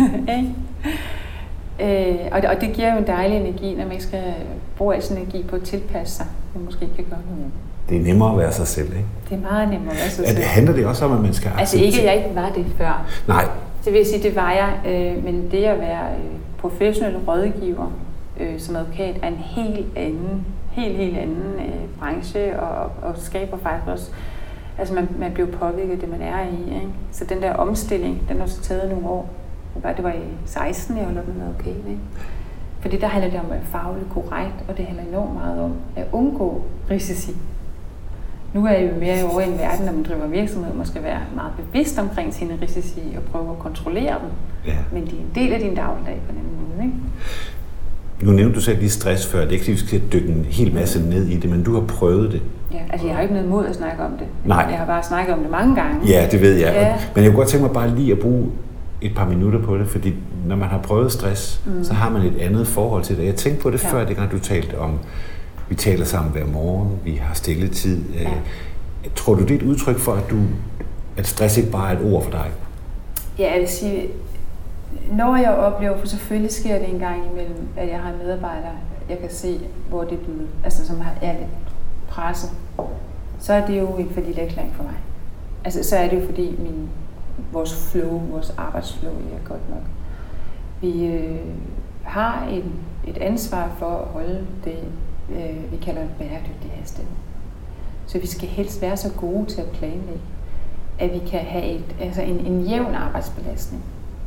Ja. Og det giver jo en dejlig energi, når man ikke skal bruge al sin energi på at tilpasse sig. Man måske ikke kan gøre noget. Det er nemmere at være sig selv, ikke? Det er meget nemmere at være sig selv. Handler det også om, at man skal acceptere? Altså ikke, at jeg ikke var det før. Nej. Det vil sige, det var jeg. Men det at være professionel rådgiver som advokat er en helt anden branche, og skaber faktisk også. Altså man bliver påvirket det, man er i. Ikke? Så den der omstilling, den har så taget nogle år. Det var i 16, jeg holdt op med advokat. Ikke? Fordi der handler det om at være fagligt korrekt, og det handler enormt meget om at undgå risici. Nu er jeg jo mere over i en verden, når man driver virksomhed, man skal være meget bevidst omkring sine risici og prøve at kontrollere dem. Ja. Men de er en del af din dagligdag på en anden måde. Ikke? Nu nævnte du selv lige stress før. Det er ikke, at vi skal dykke en hel masse ned i det, men du har prøvet det. Ja, altså jeg har ikke noget mod at snakke om det. Nej. Jeg har bare snakket om det mange gange. Ja, det ved jeg. Ja. Men jeg kunne godt tænke mig bare lige at bruge et par minutter på det, fordi når man har prøvet stress, så har man et andet forhold til det. Jeg tænkte på det før, dengang du talte om, vi taler sammen hver morgen, vi har stilletid. Ja. Tror du, det er et udtryk for, at stress ikke bare er et ord for dig? Ja, jeg vil sige, når jeg oplever, for selvfølgelig sker det en gang imellem, at jeg har en medarbejder, jeg kan se, hvor det er blevet, altså som er lidt presset, så er det jo en falliterklæring for mig. Altså så er det jo fordi vores arbejdsflow er godt nok. Vi har et ansvar for at holde det, vi kalder en bæredygtig hastighed. Så vi skal helst være så gode til at planlægge, at vi kan have en jævn arbejdsbelastning.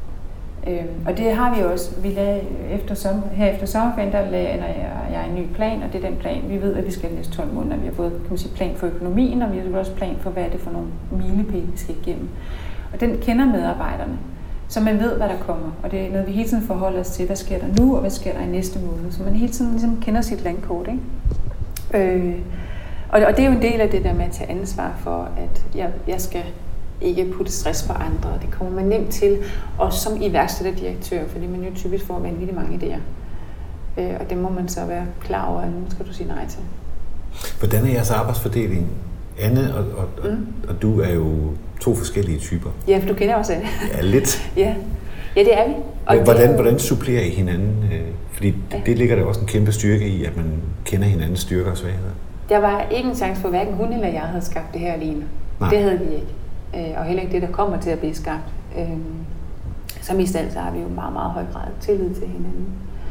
Og det har vi også. Vi lavede efter sommerferien, der lavede jeg en ny plan, og det er den plan, vi ved, at vi skal næste 12 måneder. Vi har både plan for økonomien, og vi har også plan for, hvad er det for nogle milepæle, vi skal igennem. Og den kender medarbejderne, så man ved, hvad der kommer. Og det er noget, vi hele tiden forholder os til. Hvad sker der nu, og hvad sker der i næste måned? Så man hele tiden ligesom kender sit landkort, ikke? Og det er jo en del af det der med at tage ansvar for, at jeg skal ikke putte stress på andre. Det kommer man nemt til, også som iværksætterdirektør, fordi man jo typisk får vanvittigt mange idéer. Og det må man så være klar over, at nu skal du sige nej til. Hvordan er jeres arbejdsfordeling? Anne og du er jo to forskellige typer. Ja, for du kender også Anne. Ja, lidt. Ja, det er vi. Og hvordan supplerer I hinanden? Fordi det ligger der også en kæmpe styrke i, at man kender hinandens styrker og svagheder. Der var ikke en chance for, hverken hun eller jeg havde skabt det her alene. Nej. Det havde vi ikke. Og heller ikke det, der kommer til at blive skabt. Så mest alt så har vi jo meget, meget høj grad tillid til hinanden.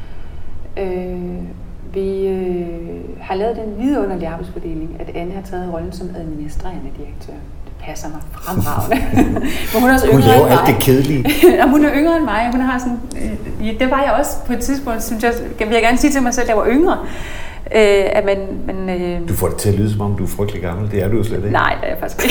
Vi har lavet den vidunderlige arbejdsfordeling, at Anne har taget rollen som administrerende direktør. Det passer mig fremragende. Men hun er også Hun yngre laver end mig. alt det kedelige. Jamen, hun er yngre end mig. Hun har sådan, det var jeg også på et tidspunkt, synes jeg, vil jeg gerne sige til mig selv, at jeg var yngre. Du får det til at lyde, som om du er frygtelig gammel. Det er du jo slet ikke. Nej, det er jeg faktisk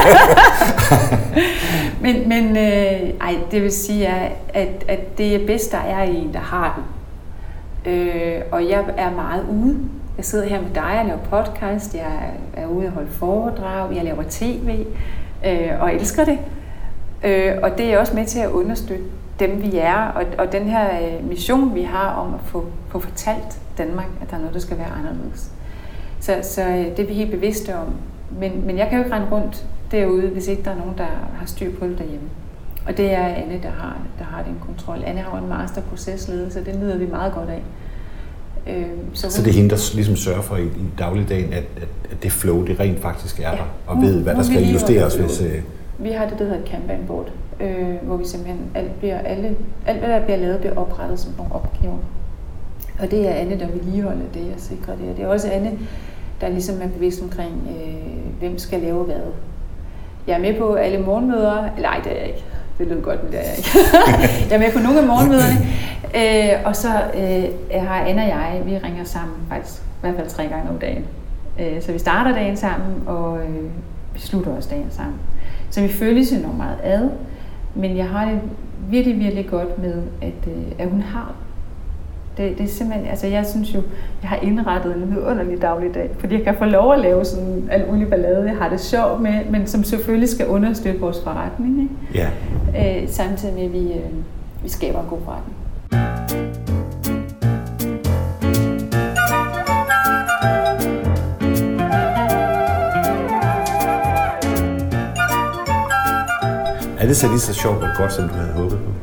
ikke. men det vil sige, at det er bedst, der er en, der har den. Og jeg er meget ude. Jeg sidder her med dig og laver podcast. Jeg er ude og holde foredrag. Jeg laver tv og elsker det. Og det er også med til at understøtte dem, vi er. Og den her mission, vi har om at få fortalt Danmark, at der er noget, der skal være anderledes. Så det er vi helt bevidste om. Men jeg kan jo ikke rende rundt derude, hvis ikke der er nogen, der har styr på det derhjemme. Og det er Anne, der har den kontrol. Anne har en masterprocesledelse, så det nyder vi meget godt af. Så det er hende, der ligesom sørger for i dagligdagen, at det flow, det rent faktisk er der, og ved, hvad der skal justeres, hvis... Vi har det, der hedder et Kanban-board, hvor vi simpelthen, alt hvad der bliver lavet, bliver oprettet som nogle opgaver. Og det er Anne, der vedligeholder det og sikrer det. Og det er også Anne, der ligesom er bevidst omkring, hvem skal lave hvad. Jeg er med på alle morgenmøder. Nej, det er jeg ikke. Det lyder godt, men det er jeg ikke. Jeg er med på nogle af morgenmøderne. Og så har Anne og jeg, vi ringer sammen faktisk i hvert fald 3 gange om dagen. Så vi starter dagen sammen, og vi slutter også dagen sammen. Så vi føles enormt meget ad. Men jeg har det virkelig, virkelig godt med, at hun har det er simpelthen, altså jeg synes jo, jeg har indrettet en vidunderlig dagligdag, fordi jeg kan få lov at lave sådan alt mulig ballade, jeg har det sjovt med, men som selvfølgelig skal understøtte vores forretning, ikke? Ja. Samtidig med, at vi skaber en god forretning. Er det så lige så sjovt og godt, som du havde håbet på?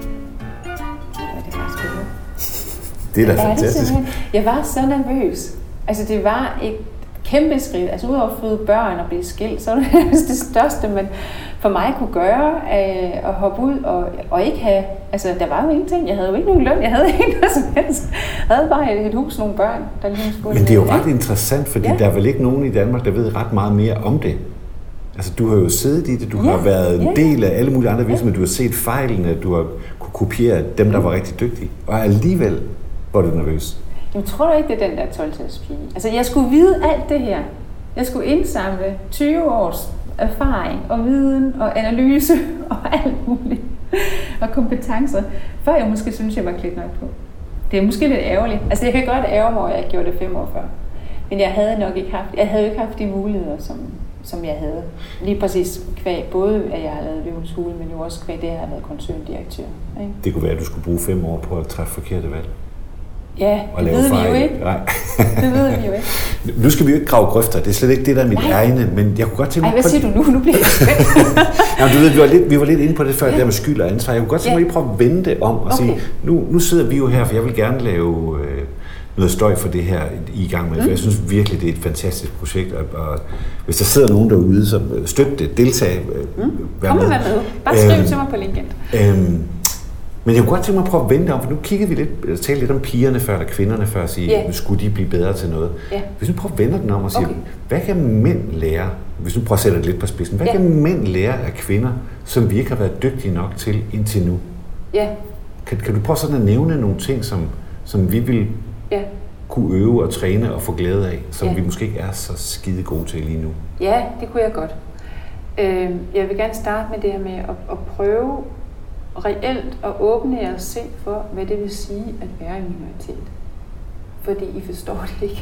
Det er da fantastisk. Jeg var så nervøs. Altså det var et kæmpe skridt. Altså udover at føde børn og blive skilt, så var det det største, man for mig kunne gøre, at hoppe ud og ikke have... Altså der var jo ingenting. Jeg havde jo ikke nogen løn. Jeg havde ikke noget som helst. Jeg havde bare et hus, nogle børn, der lige skulle... Men det er jo ret interessant, fordi der er vel ikke nogen i Danmark, der ved ret meget mere om det. Altså du har jo siddet i det, du har været en del af alle mulige andre virksomheder, du har set fejlene, du har kunne kopiere dem, der var rigtig dygtige. Og alligevel var du nervøs. Jeg tror ikke, det er den der 12-talspige. Altså, jeg skulle vide alt det her. Jeg skulle indsamle 20 års erfaring og viden og analyse og alt muligt. Og kompetencer, før jeg måske synes, jeg var klædt nok på. Det er måske lidt ærgerligt. Altså, jeg kan godt ærge mig, at jeg gjorde det 5 år før. Men jeg havde nok ikke haft de muligheder, som jeg havde. Lige præcis kvæg, både at jeg har lavet Løvens Hule, men jo også kvæg det, at jeg har været koncerndirektør. Ikke? Det kunne være, at du skulle bruge 5 år på at træffe forkerte valg. Ja, det ved vi jo ikke. Nej. Det ved vi jo ikke. Nu skal vi jo ikke grave grøfter, det er slet ikke det, der er mit egne, men jeg kunne godt tænke mig... Ej, hvad siger du nu? Nu bliver jeg spændt. Jamen, du ved, vi var lidt inde på det før, det der med skyld og ansvar. Jeg kunne godt tænke mig lige prøve at vende det om og sige, nu sidder vi jo her, for jeg vil gerne lave noget støj for det her i gang med, for jeg synes virkelig, det er et fantastisk projekt, og hvis der sidder nogen derude, så støt det, deltag, vær med. Bare skriv til mig på LinkedIn. Men jeg kunne godt tænke mig at prøve at vende om, for nu kiggede vi lidt, talte lidt om pigerne før, eller kvinderne før, og sige, skulle de blive bedre til noget? Hvis nu prøver at vende den om og sige, hvad kan mænd lære, hvis nu prøver at sætte det lidt på spidsen, hvad kan mænd lære af kvinder, som vi ikke har været dygtige nok til indtil nu? Kan du prøve sådan at nævne nogle ting, som vi vil kunne øve og træne og få glæde af, som vi måske ikke er så skide gode til lige nu? Ja, det kunne jeg godt. Jeg vil gerne starte med det her med at prøve reelt at åbne jer og se for, hvad det vil sige at være en minoritet. Fordi I forstår det ikke.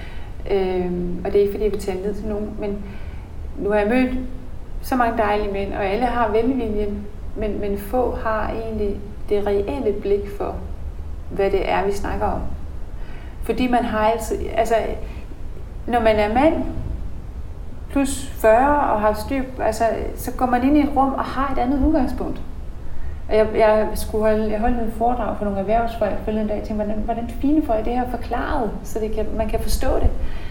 Og det er ikke fordi, jeg vil tage ned til nogen, men nu har jeg mødt så mange dejlige mænd, og alle har velviljen, men få har egentlig det reelle blik for, hvad det er, vi snakker om. Fordi man har altid, altså, når man er mand, plus 40 og har styr, altså, så går man ind i et rum og har et andet udgangspunkt. Jeg holdt en foredrag for nogle erhvervsfolk forleden dag, og tænkte, hvordan fine får jeg det her forklaret, så man kan forstå det.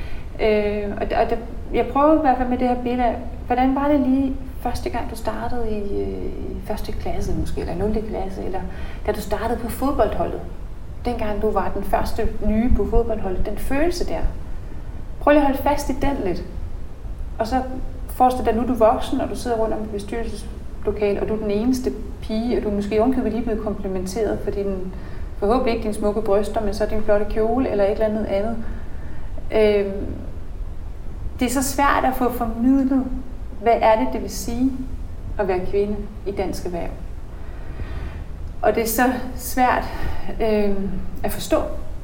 Jeg prøvede i hvert fald med det her billede af, hvordan var det lige første gang, du startede i første klasse måske, eller 0. klasse, eller da du startede på fodboldholdet. Dengang du var den første nye på fodboldholdet, den følelse der. Prøv lige at holde fast i den lidt. Og så forestil dig, nu er du voksen, og du sidder rundt om et bestyrelseslokale, og du er den eneste pige, og du er måske ovenkøbet lige blevet komplimenteret for forhåbentlig ikke dine smukke bryster, men så din flotte kjole, eller et eller andet. Det er så svært at få formidlet, hvad er det vil sige at være kvinde i dansk erhverv. Og det er så svært at forstå.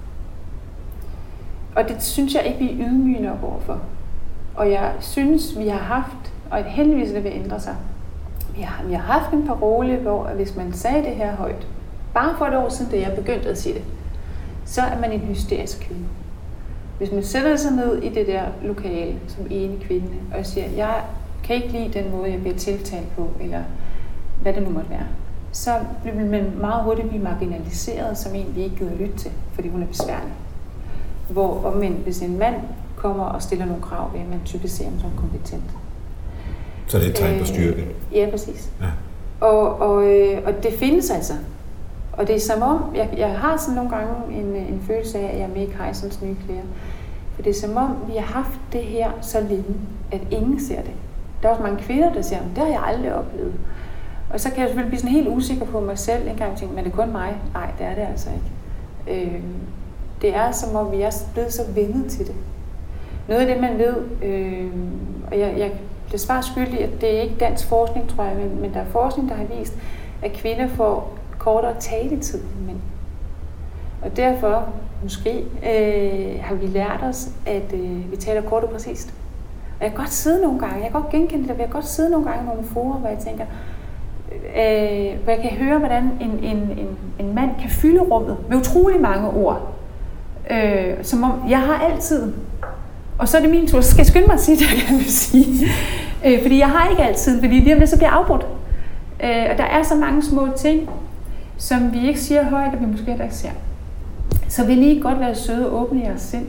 Og det synes jeg ikke, vi er ydmyge nok overfor. Og jeg synes, vi har haft, og heldigvis det vil ændre sig, vi har haft en parole, hvor hvis man sagde det her højt, bare for et år siden, da jeg begyndte at sige det, så er man en hysterisk kvinde. Hvis man sætter sig ned i det der lokale som ene kvinde, og siger, jeg kan ikke lide den måde, jeg bliver tiltalt på, eller hvad det nu måtte være, så vil man meget hurtigt blive marginaliseret som en, vi ikke gider lytte til, fordi hun er besværlig. Hvor omvendt, hvis en mand kommer og stiller nogle krav, vil man typisk se ham som kompetent. Så det er et tegn på styrke? Ja, præcis. Ja. Og det findes altså. Og det er som om, jeg har sådan nogle gange en følelse af, at jeg er med i Kejserens nye klæder. For det er som om, vi har haft det her så længe, at ingen ser det. Der er også mange kvinder, der siger, det har jeg aldrig oplevet. Og så kan jeg selvfølgelig blive sådan helt usikker på mig selv en gang og tænke, men det er kun mig. Nej, det er det altså ikke. Det er som om, vi er blevet så vendet til det. Noget af det, man ved, og jeg bliver svært skyldig, at det er ikke dansk forskning, tror jeg, men der er forskning, der har vist, at kvinder får kortere taletid end mænd. Og derfor, måske, har vi lært os, at vi taler kort og præcist. Og jeg kan godt sidde nogle gange, jeg kan godt genkende det, jeg kan godt sidde nogle gange i nogle forer, hvor jeg tænker, hvor jeg kan høre, hvordan en mand kan fylde rummet med utrolig mange ord. Som om, jeg har altid, og så er det min tur, så skal jeg skynde mig at sige det, jeg vil sige. Fordi jeg har ikke altid, fordi lige om det så bliver afbrudt. Og der er så mange små ting, som vi ikke siger højt, og vi måske heller ikke ser. Så vi lige godt være søde og åbne i os selv,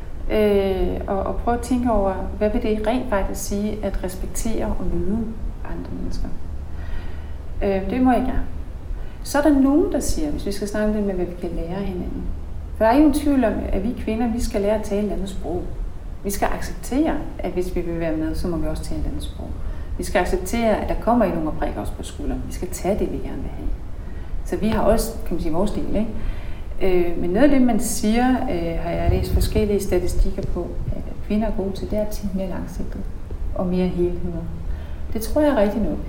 og prøve at tænke over, hvad vil det rent faktisk sige, at respektere og møde andre mennesker. Det må jeg gerne. Så er der nogen, der siger, hvis vi skal snakke lidt med, hvad vi kan lære hinanden. For der er jo en tvivl om, at vi kvinder, vi skal lære at tale et andet sprog. Vi skal acceptere, at hvis vi vil være med, så må vi også tale et andet sprog. Vi skal acceptere, at der kommer i nogle prikker os på skulderen. Vi skal tage det, vi gerne vil have. Så vi har også, kan man sige, vores del, ikke? Men noget af det, man siger, har jeg læst forskellige statistikker på, at kvinder er gode til, det er at tænke mere langsigtet og mere helheder. Det tror jeg er rigtigt nok.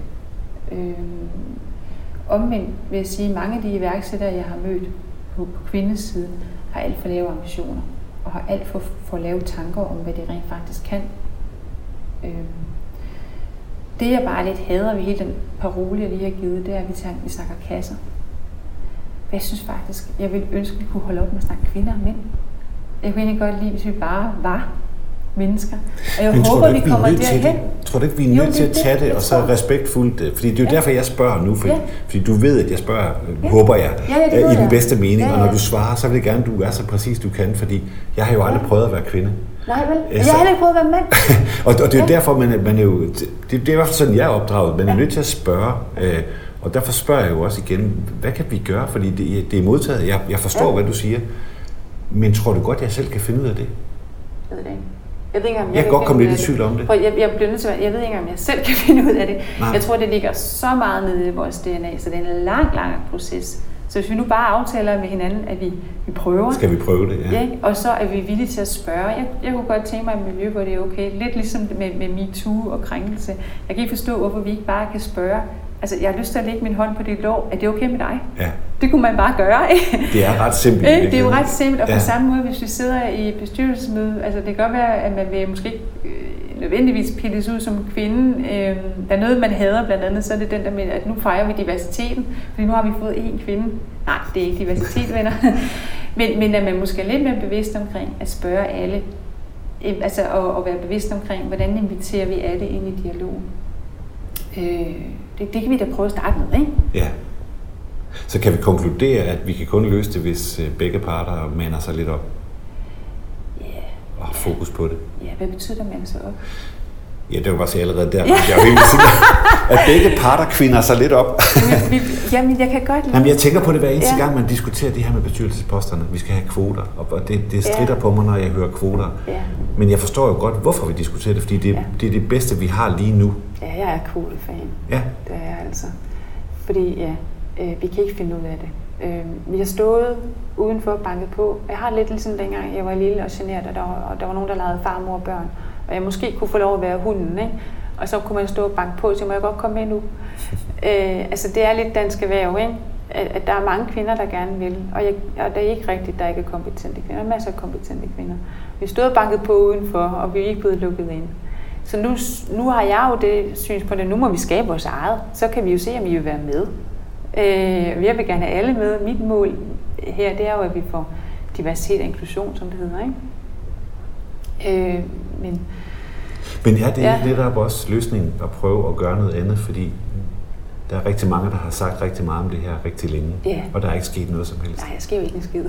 Omvendt vil jeg sige, at mange af de iværksættere, jeg har mødt på kvindesiden, har alt for lave ambitioner og har alt for lave tanker om, hvad det rent faktisk kan. Det jeg bare lidt hader ved hele den parole, jeg lige har givet, det er, at vi snakker kasser. Jeg synes faktisk, jeg ville ønske, at vi kunne holde op med at snakke kvinder og mænd. Jeg kunne egentlig godt lide, hvis vi bare var mennesker. Og jeg håber, vi kommer derhen. Tror du ikke, vi er nødt til at tage det, og så respektfuldt? Fordi det er jo derfor, jeg spørger nu, fordi du ved, at jeg spørger, håber jeg, i den bedste mening. Og når du svarer, så vil jeg gerne, at du er så præcis du kan, fordi jeg har jo aldrig prøvet at være kvinde. Nej, vel? Jeg har heller ikke prøvet at være mand. og det er derfor, man er jo... Det er i hvert fald sådan, jeg er opdraget. Man er nødt til at spørge. Og derfor spørger jeg jo også igen, hvad kan vi gøre? Fordi det er modtaget. Jeg forstår, hvad du siger. Men tror du godt, jeg selv kan finde ud af det? Jeg ved det ikke. Jeg kan godt komme lidt i tvivl om det. Jeg bliver nødt til at jeg ved ikke, om jeg selv kan finde ud af det. Nej. Jeg tror, det ligger så meget nede i vores DNA, så det er en lang proces. Så hvis vi nu bare aftaler med hinanden, at vi prøver. Skal vi prøve det, ja. Og så er vi villige til at spørge. Jeg kunne godt tænke mig et miljø, hvor det er okay. Lidt ligesom med MeToo og krænkelse. Jeg kan ikke forstå, hvorfor vi ikke bare kan spørge. Altså, jeg har lyst til at lægge min hånd på dit lår. Er det okay med dig? Ja. Det kunne man bare gøre, ikke? Det er ret simpelt. Det er jo ret simpelt, og på samme måde, hvis vi sidder i bestyrelsesmøde, altså det kan godt være, at man vil måske ikke nødvendigvis pilles ud som kvinde. Der er noget, man hader blandt andet, så er det den der med, at nu fejrer vi diversiteten, fordi nu har vi fået én kvinde. Nej, det er ikke diversitet, venner. men at man måske er lidt mere bevidst omkring at spørge alle, altså at være bevidst omkring, hvordan inviterer vi alle ind i dialogen. Det kan vi da prøve at starte med, ikke? Ja. Så kan vi konkludere, at vi kan kun løse det, hvis begge parter mander sig lidt op? Ja. Og har fokus på det? Ja, hvad betyder det, at mande sig op? Ja, det var bare så allerede der. Jeg er helt sikker, at begge parter kvinder sig lidt op. Jamen, jeg kan godt lide. Jamen, jeg tænker på det hver eneste gang, man diskuterer det her med bestyrelsesposterne. Vi skal have kvoter, og det stritter på mig, når jeg hører kvoter. Ja. Men jeg forstår jo godt, hvorfor vi diskuterer det, fordi det er det bedste, vi har lige nu. Ja, jeg er kvotefan. Ja. Det er jeg altså. Fordi vi kan ikke finde ud af det. Vi har stået udenfor og banket på. Jeg har lidt ligesom dengang, jeg var lille og generet, og der var nogen, der legede far, mor og børn. Og jeg måske kunne få lov at være hunden, ikke? Og så kunne man stå og banke på, så må jeg godt komme med nu. Altså det er lidt dansk erhverv, ikke? At der er mange kvinder, der gerne vil. Og det er ikke rigtigt, at der ikke er kompetente kvinder. Der er masser af kompetente kvinder. Vi stod og banket på udenfor, og vi er ikke blevet lukket ind. Så nu har jeg jo det synspunkt, at nu må vi skabe vores eget. Så kan vi jo se, om I vil være med. Jeg vil gerne have alle med. Mit mål her, det er jo, at vi får diversitet og inklusion, som det hedder, ikke? Men er det ikke lidt også løsningen at prøve at gøre noget andet, fordi der er rigtig mange, der har sagt rigtig meget om det her rigtig længe, og der er ikke sket noget som helst. Nej, jeg sker jo ikke en skid.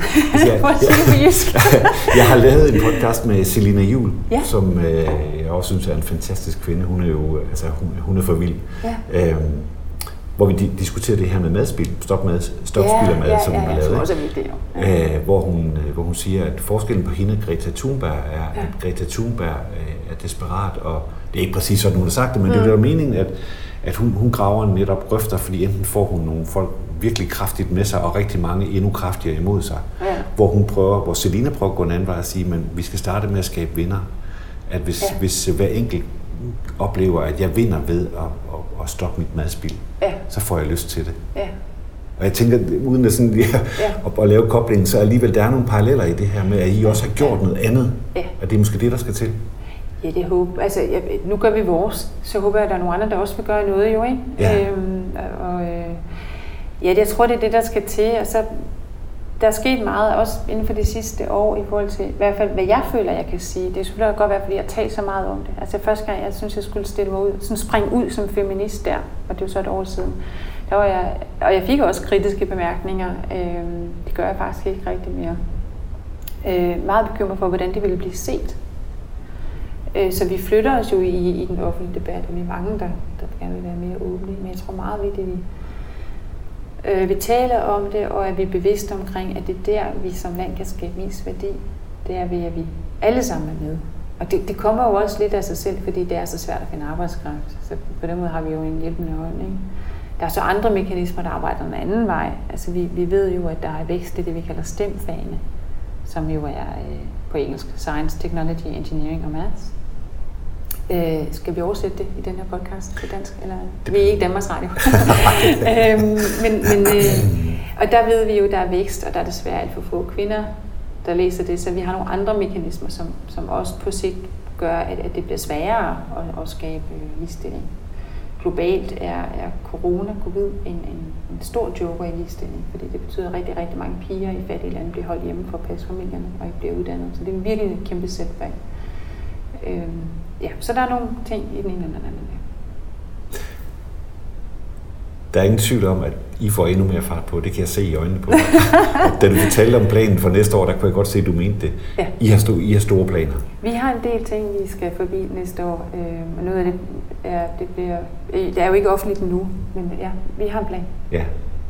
Jeg har lavet en podcast med Selina Juhl, som jeg også synes er en fantastisk kvinde. Hun er jo, altså hun er for vild. Ja. Hvor vi diskuterer det her med madspil, stopspildermad, som hun har lavet. Hvor hun siger, at forskellen på hende og Greta Thunberg er, at Greta Thunberg er desperat, og det er ikke præcis sådan, hun har sagt det, men det er jo meningen, at hun graver netop grøfter, fordi enten får hun nogle folk virkelig kraftigt med sig, og rigtig mange endnu kraftigere imod sig. Ja. Hvor Selina prøver at gå en anden vej og sige, men vi skal starte med at skabe vinder. At hvis hver enkelt oplever, at jeg vinder ved at stoppe mit madspil, så får jeg lyst til det. Ja. Og jeg tænker, uden at, sådan, at lave koblingen, så alligevel der er nogle paralleller i det her med, at I også har gjort noget andet. Ja. Og det er måske det, der skal til. Ja, det håber. Altså, nu gør vi vores, så håber jeg, at der er nogle andre, der også vil gøre noget, jo, ikke? Ja. Jeg tror, det er det, der skal til. Og så, der er sket meget, også inden for de sidste år, i forhold til, i hvert fald, hvad jeg føler, jeg kan sige. Det er selvfølgelig godt være, fordi jeg taler så meget om det. Altså, første gang, jeg synes, jeg skulle stille mig ud, sådan springe ud som feminist der, og det var så et år siden. Der var jeg fik også kritiske bemærkninger. Det gør jeg faktisk ikke rigtig mere. Meget bekymret for, hvordan det ville blive set. Så vi flytter os jo i den offentlige debat, og vi er mange, der gerne vil være mere åbne. Men jeg tror meget vigtigt, at vi taler om det, og at vi er bevidste omkring, at det er der, vi som land kan skabe mest værdi. Det er ved, at vi alle sammen er med. Og det kommer jo også lidt af sig selv, fordi det er så svært at finde arbejdskraft. Så på den måde har vi jo en hjælpende hånd, ikke? Der er så andre mekanismer, der arbejder en anden vej. Altså vi ved jo, at der er vækst i det, vi kalder STEM-fagene, som jo er på engelsk Science, Technology, Engineering og Maths. Skal vi oversætte det i den her podcast til dansk? Eller? Vi er ikke Danmarks Radio. Og der ved vi jo, at der er vækst, og der er desværre alt for få kvinder, der læser det. Så vi har nogle andre mekanismer, som også på sigt gør, at det bliver sværere at skabe ligestilling. Globalt er covid en stor joker i ligestilling, fordi det betyder, at rigtig, rigtig mange piger i fattige lande bliver holdt hjemme for at passe familierne og ikke bliver uddannet. Så det er virkelig et kæmpe setback. Så der er nogle ting i den ene eller den anden. Der er ingen tvivl om, at I får endnu mere fart på. Det kan jeg se i øjnene på. Da du fortalte om planen for næste år, der kunne jeg godt se, at du mente det. Ja. I har store planer. Vi har en del ting, vi skal forbi næste år. Og noget af det er jo ikke offentligt nu, men ja, vi har en plan. Ja.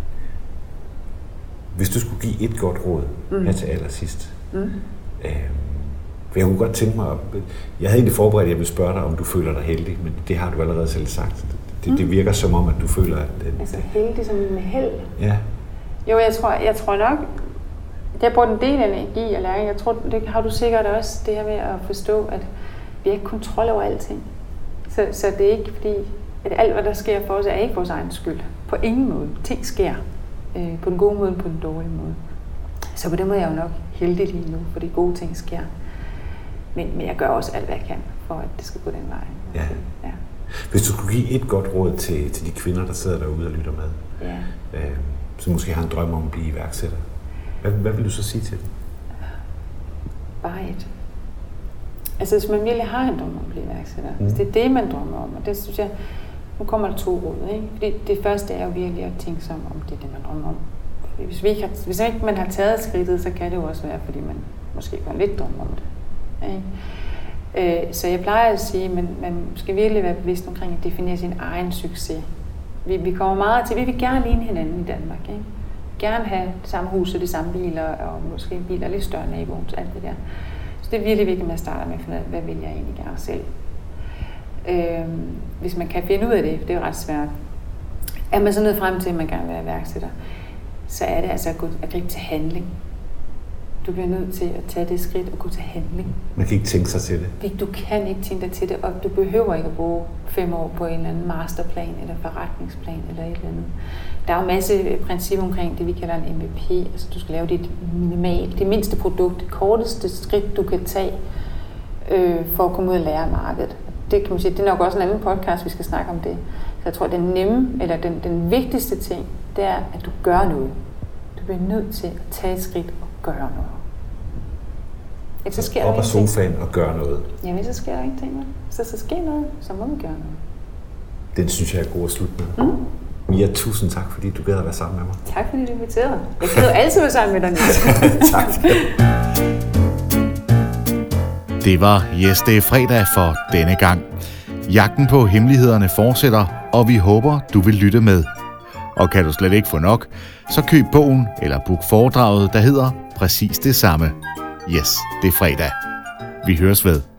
Hvis du skulle give et godt råd her til allersidst, for jeg kunne godt tænke mig, jeg havde egentlig forberedt, at jeg ville spørge dig, om du føler dig heldig, men det har du allerede selv sagt. Det virker som om, at du føler, at... Altså heldig som med held? Ja. Jo, jeg tror nok, jeg har brugt en del energi og læring. Jeg tror, det har du sikkert også, det her med at forstå, at vi har ikke kontrol over alting. Så det er ikke fordi, at alt, hvad der sker for os, er ikke vores egen skyld. På ingen måde. Ting sker. På den gode måde, på den dårlige måde. Så på den måde er jeg jo nok heldig lige nu, fordi gode ting sker. Men jeg gør også alt, hvad jeg kan, for at det skal gå den vej. Ja. Ja. Hvis du skulle give et godt råd til de kvinder, der sidder derude og lytter med, som måske har en drøm om at blive iværksætter, hvad vil du så sige til dem? Bare et. Altså hvis man virkelig har en drøm om at blive iværksætter, hvis det er det, man drømmer om, og det synes jeg, nu kommer der 2 råd, ikke? Fordi det første er jo virkelig at tænke sig om det er det, man drømmer om. Hvis ikke man har taget skridtet, så kan det jo også være, fordi man måske går lidt drømmer om det. Ikke? Så jeg plejer at sige, at man skal virkelig være bevidst omkring at definere sin egen succes. Vi kommer meget til, vi vil gerne ligne hinanden i Danmark. Ikke? Gerne have det samme hus og de samme biler, og måske en bil, der er lidt større end naboen, alt det der. Så det er virkelig vigtigt, at man starter med at finde ud af, hvad vil jeg egentlig gerne selv. Hvis man kan finde ud af det, det er jo ret svært. Er man så nået frem til, at man gerne vil være iværksætter, så er det altså at gribe til handling. Du bliver nødt til at tage det skridt og gå til handling. Man kan ikke tænke sig til det. Du kan ikke tænke dig til det, og du behøver ikke at bruge 5 år på en eller anden masterplan eller forretningsplan eller et eller andet. Der er jo en masse principper omkring det, vi kalder en MVP. Altså du skal lave det mindste produkt, det korteste skridt, du kan tage for at komme ud og lære markedet. Det kan man sige, det er nok også en anden podcast, vi skal snakke om det. Så jeg tror, at den vigtigste ting, det er, at du gør noget. Du bliver nødt til at tage et skridt og gøre noget. Så sker op af sofaen og gøre noget. Jamen, så sker der ingenting. Så sker noget, så må vi gøre noget. Den synes jeg er god at slutte med. Mia, tusind tak, fordi du gad at være sammen med mig. Tak, fordi du inviterede. Jeg kan jo altid være sammen med dig, Niels. Tak. Det var Yes, det er fredag for denne gang. Jagten på hemmelighederne fortsætter, og vi håber, du vil lytte med. Og kan du slet ikke få nok, så køb bogen eller book foredraget, der hedder præcis det samme. Yes, det er fredag. Vi høres ved.